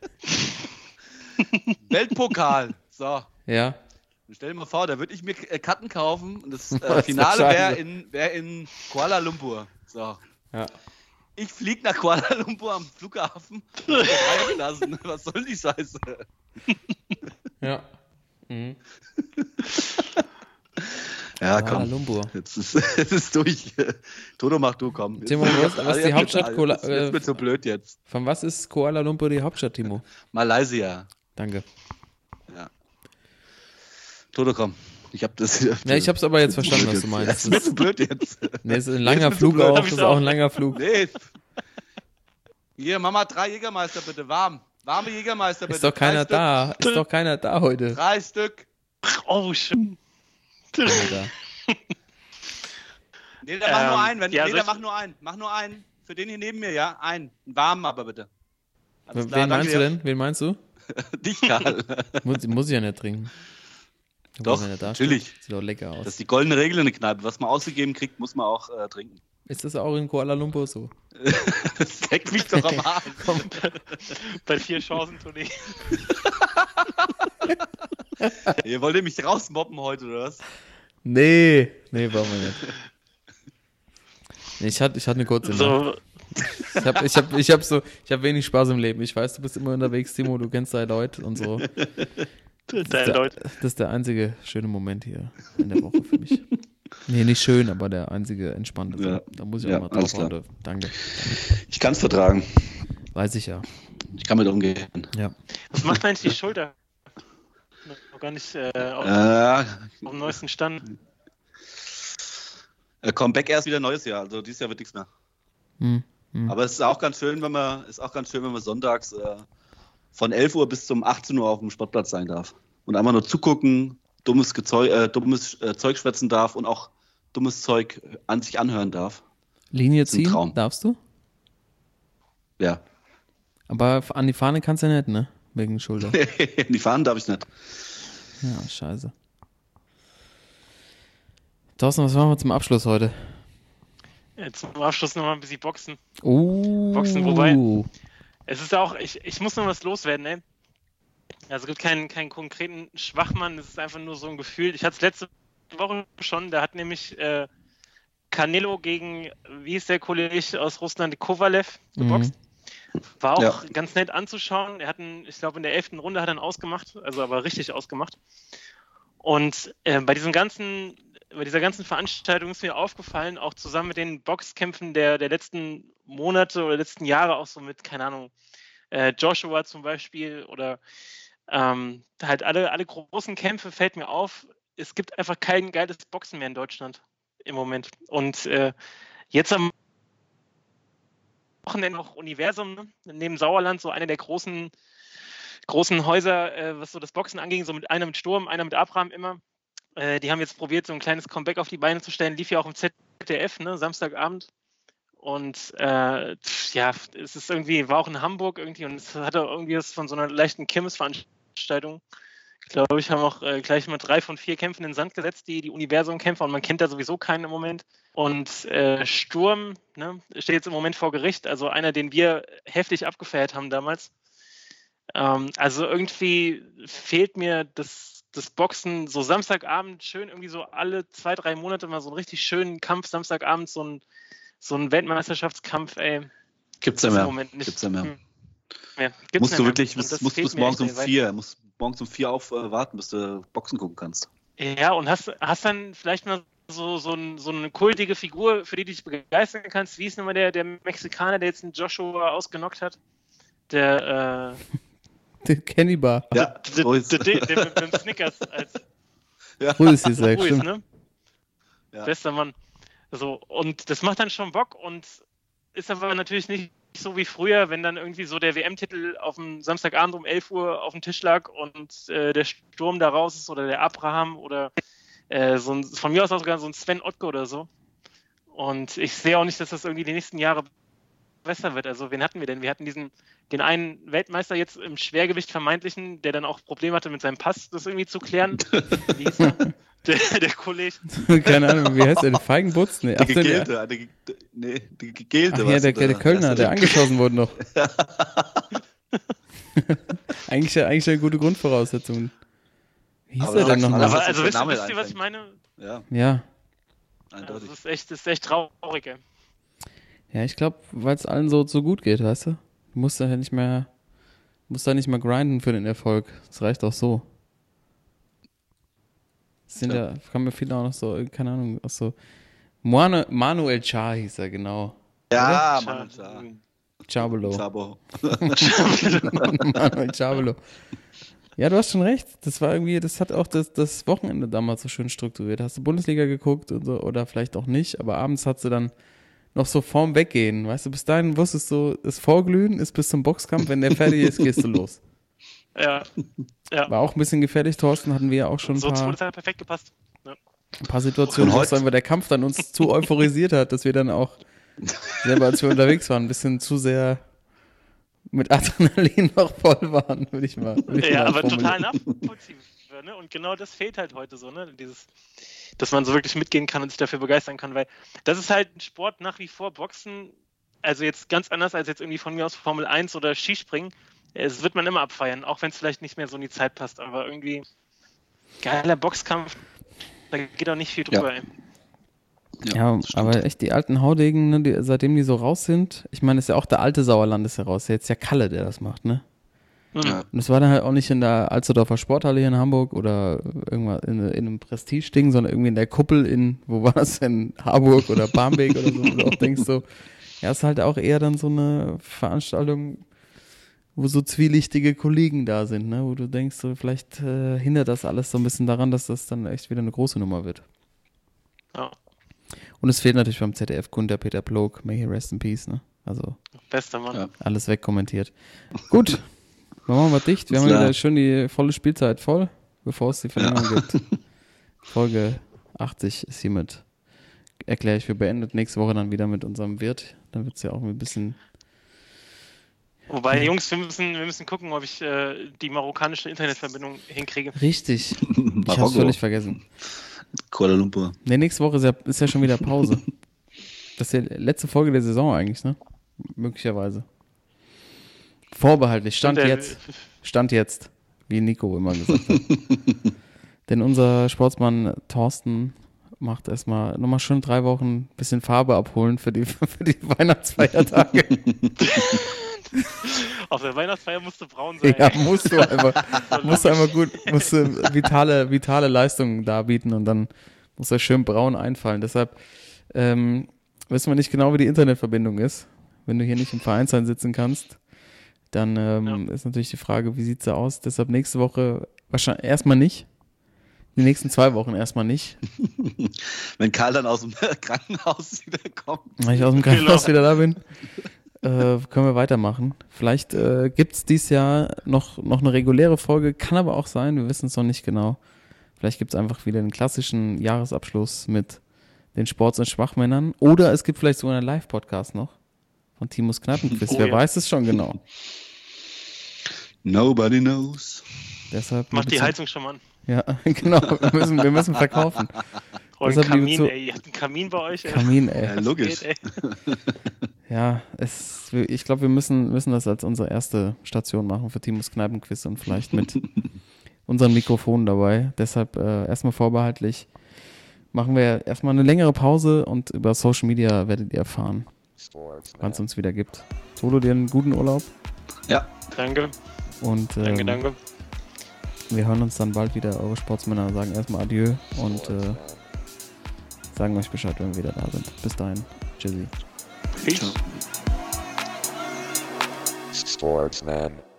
Weltpokal. So. Ja. Stell dir mal vor, da würde ich mir Karten kaufen und das Finale wäre in Kuala Lumpur. So. Ja. Ich fliege nach Kuala Lumpur am Flughafen und reingelassen. Was soll die Scheiße? Ja. Mhm. Ja, komm. Kuala Lumpur. Jetzt ist durch. Toto, mach du, komm. Timo, was ist die Hauptstadt? Jetzt wird so blöd jetzt. Von was ist Kuala Lumpur die Hauptstadt, Timo? Malaysia. Danke. Ja. Toto, komm. Ich hab's aber jetzt verstanden, was du meinst. Das ist mir zu blöd jetzt. Nee, ist ein langer Flug auch. Das ist auch ein langer Flug. Nee. Hier, Mama, 3 Jägermeister bitte, warm. Warme Jägermeister bitte. Ist doch keiner da. Ist doch keiner da heute. 3 Stück. Oh, shit. Nee, dann mach nur einen. Mach nur einen. Mach nur einen. Für den hier neben mir, ja? Einen warmen aber bitte. Wen meinst du denn? Wen meinst du? Dich, Karl. Muss ich ja nicht trinken. Doch, natürlich. Sieht doch lecker aus. Das ist die goldene Regel in der Kneipe. Was man ausgegeben kriegt, muss man auch trinken. Ist das auch in Kuala Lumpur so? Das deckt mich doch am Arsch. Bei 4 Chancen-Tournee. Ihr wollt mich rausmobben heute, oder was? Nee, wollen wir nicht. Ich hatte eine kurze Nacht. Ich hab wenig Spaß im Leben. Ich weiß, du bist immer unterwegs, Timo, du kennst deine Leute und so. Das ist der einzige schöne Moment hier in der Woche für mich. Nee, nicht schön, aber der einzige entspannte. Ja. Da muss ich auch mal drauf hauen dürfen. Danke. Ich kann es vertragen. Weiß ich ja. Ich kann mit umgehen. Ja. Was macht eigentlich die Schulter? Noch gar nicht auf dem neuesten Stand. Comeback erst wieder neues Jahr, also dieses Jahr wird nichts mehr. Aber es ist auch ganz schön, wenn man sonntags von 11 Uhr bis zum 18 Uhr auf dem Sportplatz sein darf. Und einfach nur zugucken, dummes Zeug schwätzen darf und auch dummes Zeug an sich anhören darf. Linie ist ein ziehen Traum. darfst du? Ja. Aber an die Fahne kannst du ja nicht, ne? Wegen Schulter. Die Fahnen darf ich nicht. Ja, scheiße. Thorsten, was machen wir zum Abschluss heute? Zum Abschluss nochmal ein bisschen Boxen. Boxen, wobei- Es ist auch, ich muss noch was loswerden, ey. Also es gibt keinen konkreten Schwachmann, es ist einfach nur so ein Gefühl. Ich hatte es letzte Woche schon, da hat nämlich Canelo gegen, wie ist der Kollege aus Russland, Kovalev geboxt. War auch ganz nett anzuschauen. Ich glaube in der 11. Runde hat er ihn ausgemacht, also aber richtig ausgemacht. Und bei dieser ganzen Veranstaltung ist mir aufgefallen, auch zusammen mit den Boxkämpfen der letzten Monate oder letzten Jahre, auch so mit, keine Ahnung, Joshua zum Beispiel oder halt alle großen Kämpfe, fällt mir auf, es gibt einfach kein geiles Boxen mehr in Deutschland im Moment. Und jetzt am Wochenende noch Universum, ne? Neben Sauerland, so einer der großen Häuser, was so das Boxen anging, so einer mit Sturm, einer mit Abraham immer. Die haben jetzt probiert, so ein kleines Comeback auf die Beine zu stellen. Lief ja auch im ZDF, ne, Samstagabend. Und es ist irgendwie, war auch in Hamburg irgendwie und es hatte irgendwie was von so einer leichten Kirmesveranstaltung. Ich glaube, ich habe auch gleich mal 3 von 4 Kämpfen in den Sand gesetzt, die Universum-Kämpfer, und man kennt da sowieso keinen im Moment. Und Sturm, ne, steht jetzt im Moment vor Gericht, also einer, den wir heftig abgefeiert haben damals. Also irgendwie fehlt mir das Boxen so Samstagabend schön, irgendwie so alle 2-3 Monate mal so einen richtig schönen Kampf, Samstagabend so ein Weltmeisterschaftskampf, ey. Gibt's ja mehr. Im Moment nicht. Gibt's ja mehr. Ja, gibt's Musst du nicht wirklich, mehr. Und das musst fehlt bis mir morgens um echt, ey, 4, musst morgens um 4 aufwarten, bis du Boxen gucken kannst. Ja, und hast dann vielleicht mal so eine kultige Figur, für die du dich begeistern kannst. Wie ist nochmal der Mexikaner, der jetzt einen Joshua ausgenockt hat? Der Kenny Bar. Ja, der mit dem Snickers als Ruiz ist er, Ruiz, stimmt. ne? Ja. Bester Mann. So, und das macht dann schon Bock und ist aber natürlich nicht so wie früher, wenn dann irgendwie so der WM-Titel auf dem Samstagabend um 11 Uhr auf dem Tisch lag und der Sturm da raus ist oder der Abraham oder von mir aus auch sogar so ein Sven Ottke oder so. Und ich sehe auch nicht, dass das irgendwie die nächsten Jahre besser wird. Also wen hatten wir denn? Wir hatten den einen Weltmeister jetzt im Schwergewicht vermeintlichen, der dann auch Probleme hatte mit seinem Pass, das irgendwie zu klären. Wie hieß er? Der Kollege. Keine Ahnung, wie heißt der? Der Feigenbutz? Nee, Der Gegelte. Der Gegelte. Ach ja, der Kölner, der angeschossen wurde noch. eigentlich eine gute Grundvoraussetzung. Wie hieß Aber der denn sagst du nochmal? mal, Aber also der Name wisst ihr, was ich meine? Ja, Ja. eindeutig. Das ist echt traurig, ey. Ja, ich glaube, weil es allen so gut geht, weißt du? Du musst da nicht mehr grinden für den Erfolg. Das reicht auch so. Kann mir viele auch noch so, keine Ahnung, auch so. Manuel Char hieß er, genau. Ja, Schade. Mann, klar. Chabelo. Chabo. Manuel Chabelo. Ja, du hast schon recht. Das war irgendwie, das hat auch das Wochenende damals so schön strukturiert. Hast du Bundesliga geguckt und so, oder vielleicht auch nicht, aber abends hat sie dann noch so vorm Weggehen, weißt du, bis dahin wusstest du, das Vorglühen ist bis zum Boxkampf, wenn der fertig ist, gehst du los. Ja. War auch ein bisschen gefährlich, Thorsten, hatten wir ja auch schon So ein hat es perfekt gepasst. Ja. paar Situationen, Und wo heute- einfach der Kampf dann uns zu euphorisiert hat, dass wir dann auch selber, als wir unterwegs waren, ein bisschen zu sehr mit Adrenalin noch voll waren, würde ich mal Ja, aber formulieren. total nachvollziehbar. Ne? Und genau das fehlt halt heute so, ne? Dass man so wirklich mitgehen kann und sich dafür begeistern kann, weil das ist halt ein Sport nach wie vor, Boxen, also jetzt ganz anders als jetzt irgendwie von mir aus Formel 1 oder Skispringen. Es wird man immer abfeiern, auch wenn es vielleicht nicht mehr so in die Zeit passt, aber irgendwie geiler Boxkampf, da geht auch nicht viel drüber. Ey. Ja, das stimmt. aber echt die alten Haudegen, ne, seitdem die so raus sind, ich meine, ist ja auch der alte Sauerland ist ja raus, jetzt ja Kalle, der das macht, ne? Ja. Und das war dann halt auch nicht in der Alsterdorfer Sporthalle hier in Hamburg oder irgendwas in einem Prestige-Ding, sondern irgendwie in der Kuppel wo war das denn, Harburg oder Barmbek oder so, wo du auch denkst so, ja, ist halt auch eher dann so eine Veranstaltung, wo so zwielichtige Kollegen da sind, ne, wo du denkst so, vielleicht hindert das alles so ein bisschen daran, dass das dann echt wieder eine große Nummer wird. Ja, Und es fehlt natürlich beim ZDF Gunter Peter Plog, may he rest in peace, ne, also bester Mann. Ja. alles wegkommentiert. Gut, dann machen wir dicht. Wir haben Klar. wieder schön die volle Spielzeit voll. bevor es die Verlängerung gibt. Folge 80 ist hiermit, erkläre ich für beendet. Nächste Woche dann wieder mit unserem Wirt. Dann wird es ja auch ein bisschen... Wobei, Jungs, wir müssen gucken, ob ich die marokkanische Internetverbindung hinkriege. Richtig. Ich hab's völlig vergessen. Kuala Lumpur. Ne, nächste Woche ist ja schon wieder Pause. Das ist ja die letzte Folge der Saison eigentlich, ne? Möglicherweise. Vorbehaltlich. Stand jetzt. Wie Nico immer gesagt hat. Denn unser Sportsmann Thorsten macht erstmal nochmal schön 3 Wochen ein bisschen Farbe abholen für die Weihnachtsfeiertage. Auf der Weihnachtsfeier musst du braun sein. Ja, musst du vitale Leistungen darbieten und dann muss er schön braun einfallen. Deshalb wissen wir nicht genau, wie die Internetverbindung ist. Wenn du hier nicht im Vereinsheim sitzen kannst, dann ist natürlich die Frage, wie sieht's da aus? Deshalb nächste Woche wahrscheinlich erstmal nicht. Die nächsten 2 Wochen erstmal nicht. Wenn Karl dann aus dem Krankenhaus wiederkommt. Wenn ich aus dem Krankenhaus wieder da bin, können wir weitermachen. Vielleicht gibt es dieses Jahr noch eine reguläre Folge, kann aber auch sein, wir wissen es noch nicht genau. Vielleicht gibt es einfach wieder einen klassischen Jahresabschluss mit den Sports- und Schwachmännern. Oder es gibt vielleicht sogar einen Live-Podcast noch von Timus Kneipenquiz. Wer weiß es schon genau. Nobody knows. Deshalb Mach die Heizung schon mal an. Ja, genau. Wir müssen verkaufen. Oh, ein Kamin, ey. Ihr habt einen Kamin bei euch, ey. Kamin, ey. Ja, logisch. Geht, ey. Ja, ich glaube, wir müssen das als unsere erste Station machen für Timus Kneipenquiz und vielleicht mit unseren Mikrofonen dabei. Deshalb erstmal vorbehaltlich machen wir erstmal eine längere Pause und über Social Media werdet ihr erfahren, wann es uns wieder gibt. Solo, dir einen guten Urlaub. Ja. Danke. Und Danke. wir hören uns dann bald wieder. Eure Sportsmänner sagen erstmal Adieu und sagen euch Bescheid, wenn wir wieder da sind. Bis dahin. Tschüssi. Peace. Sportsman.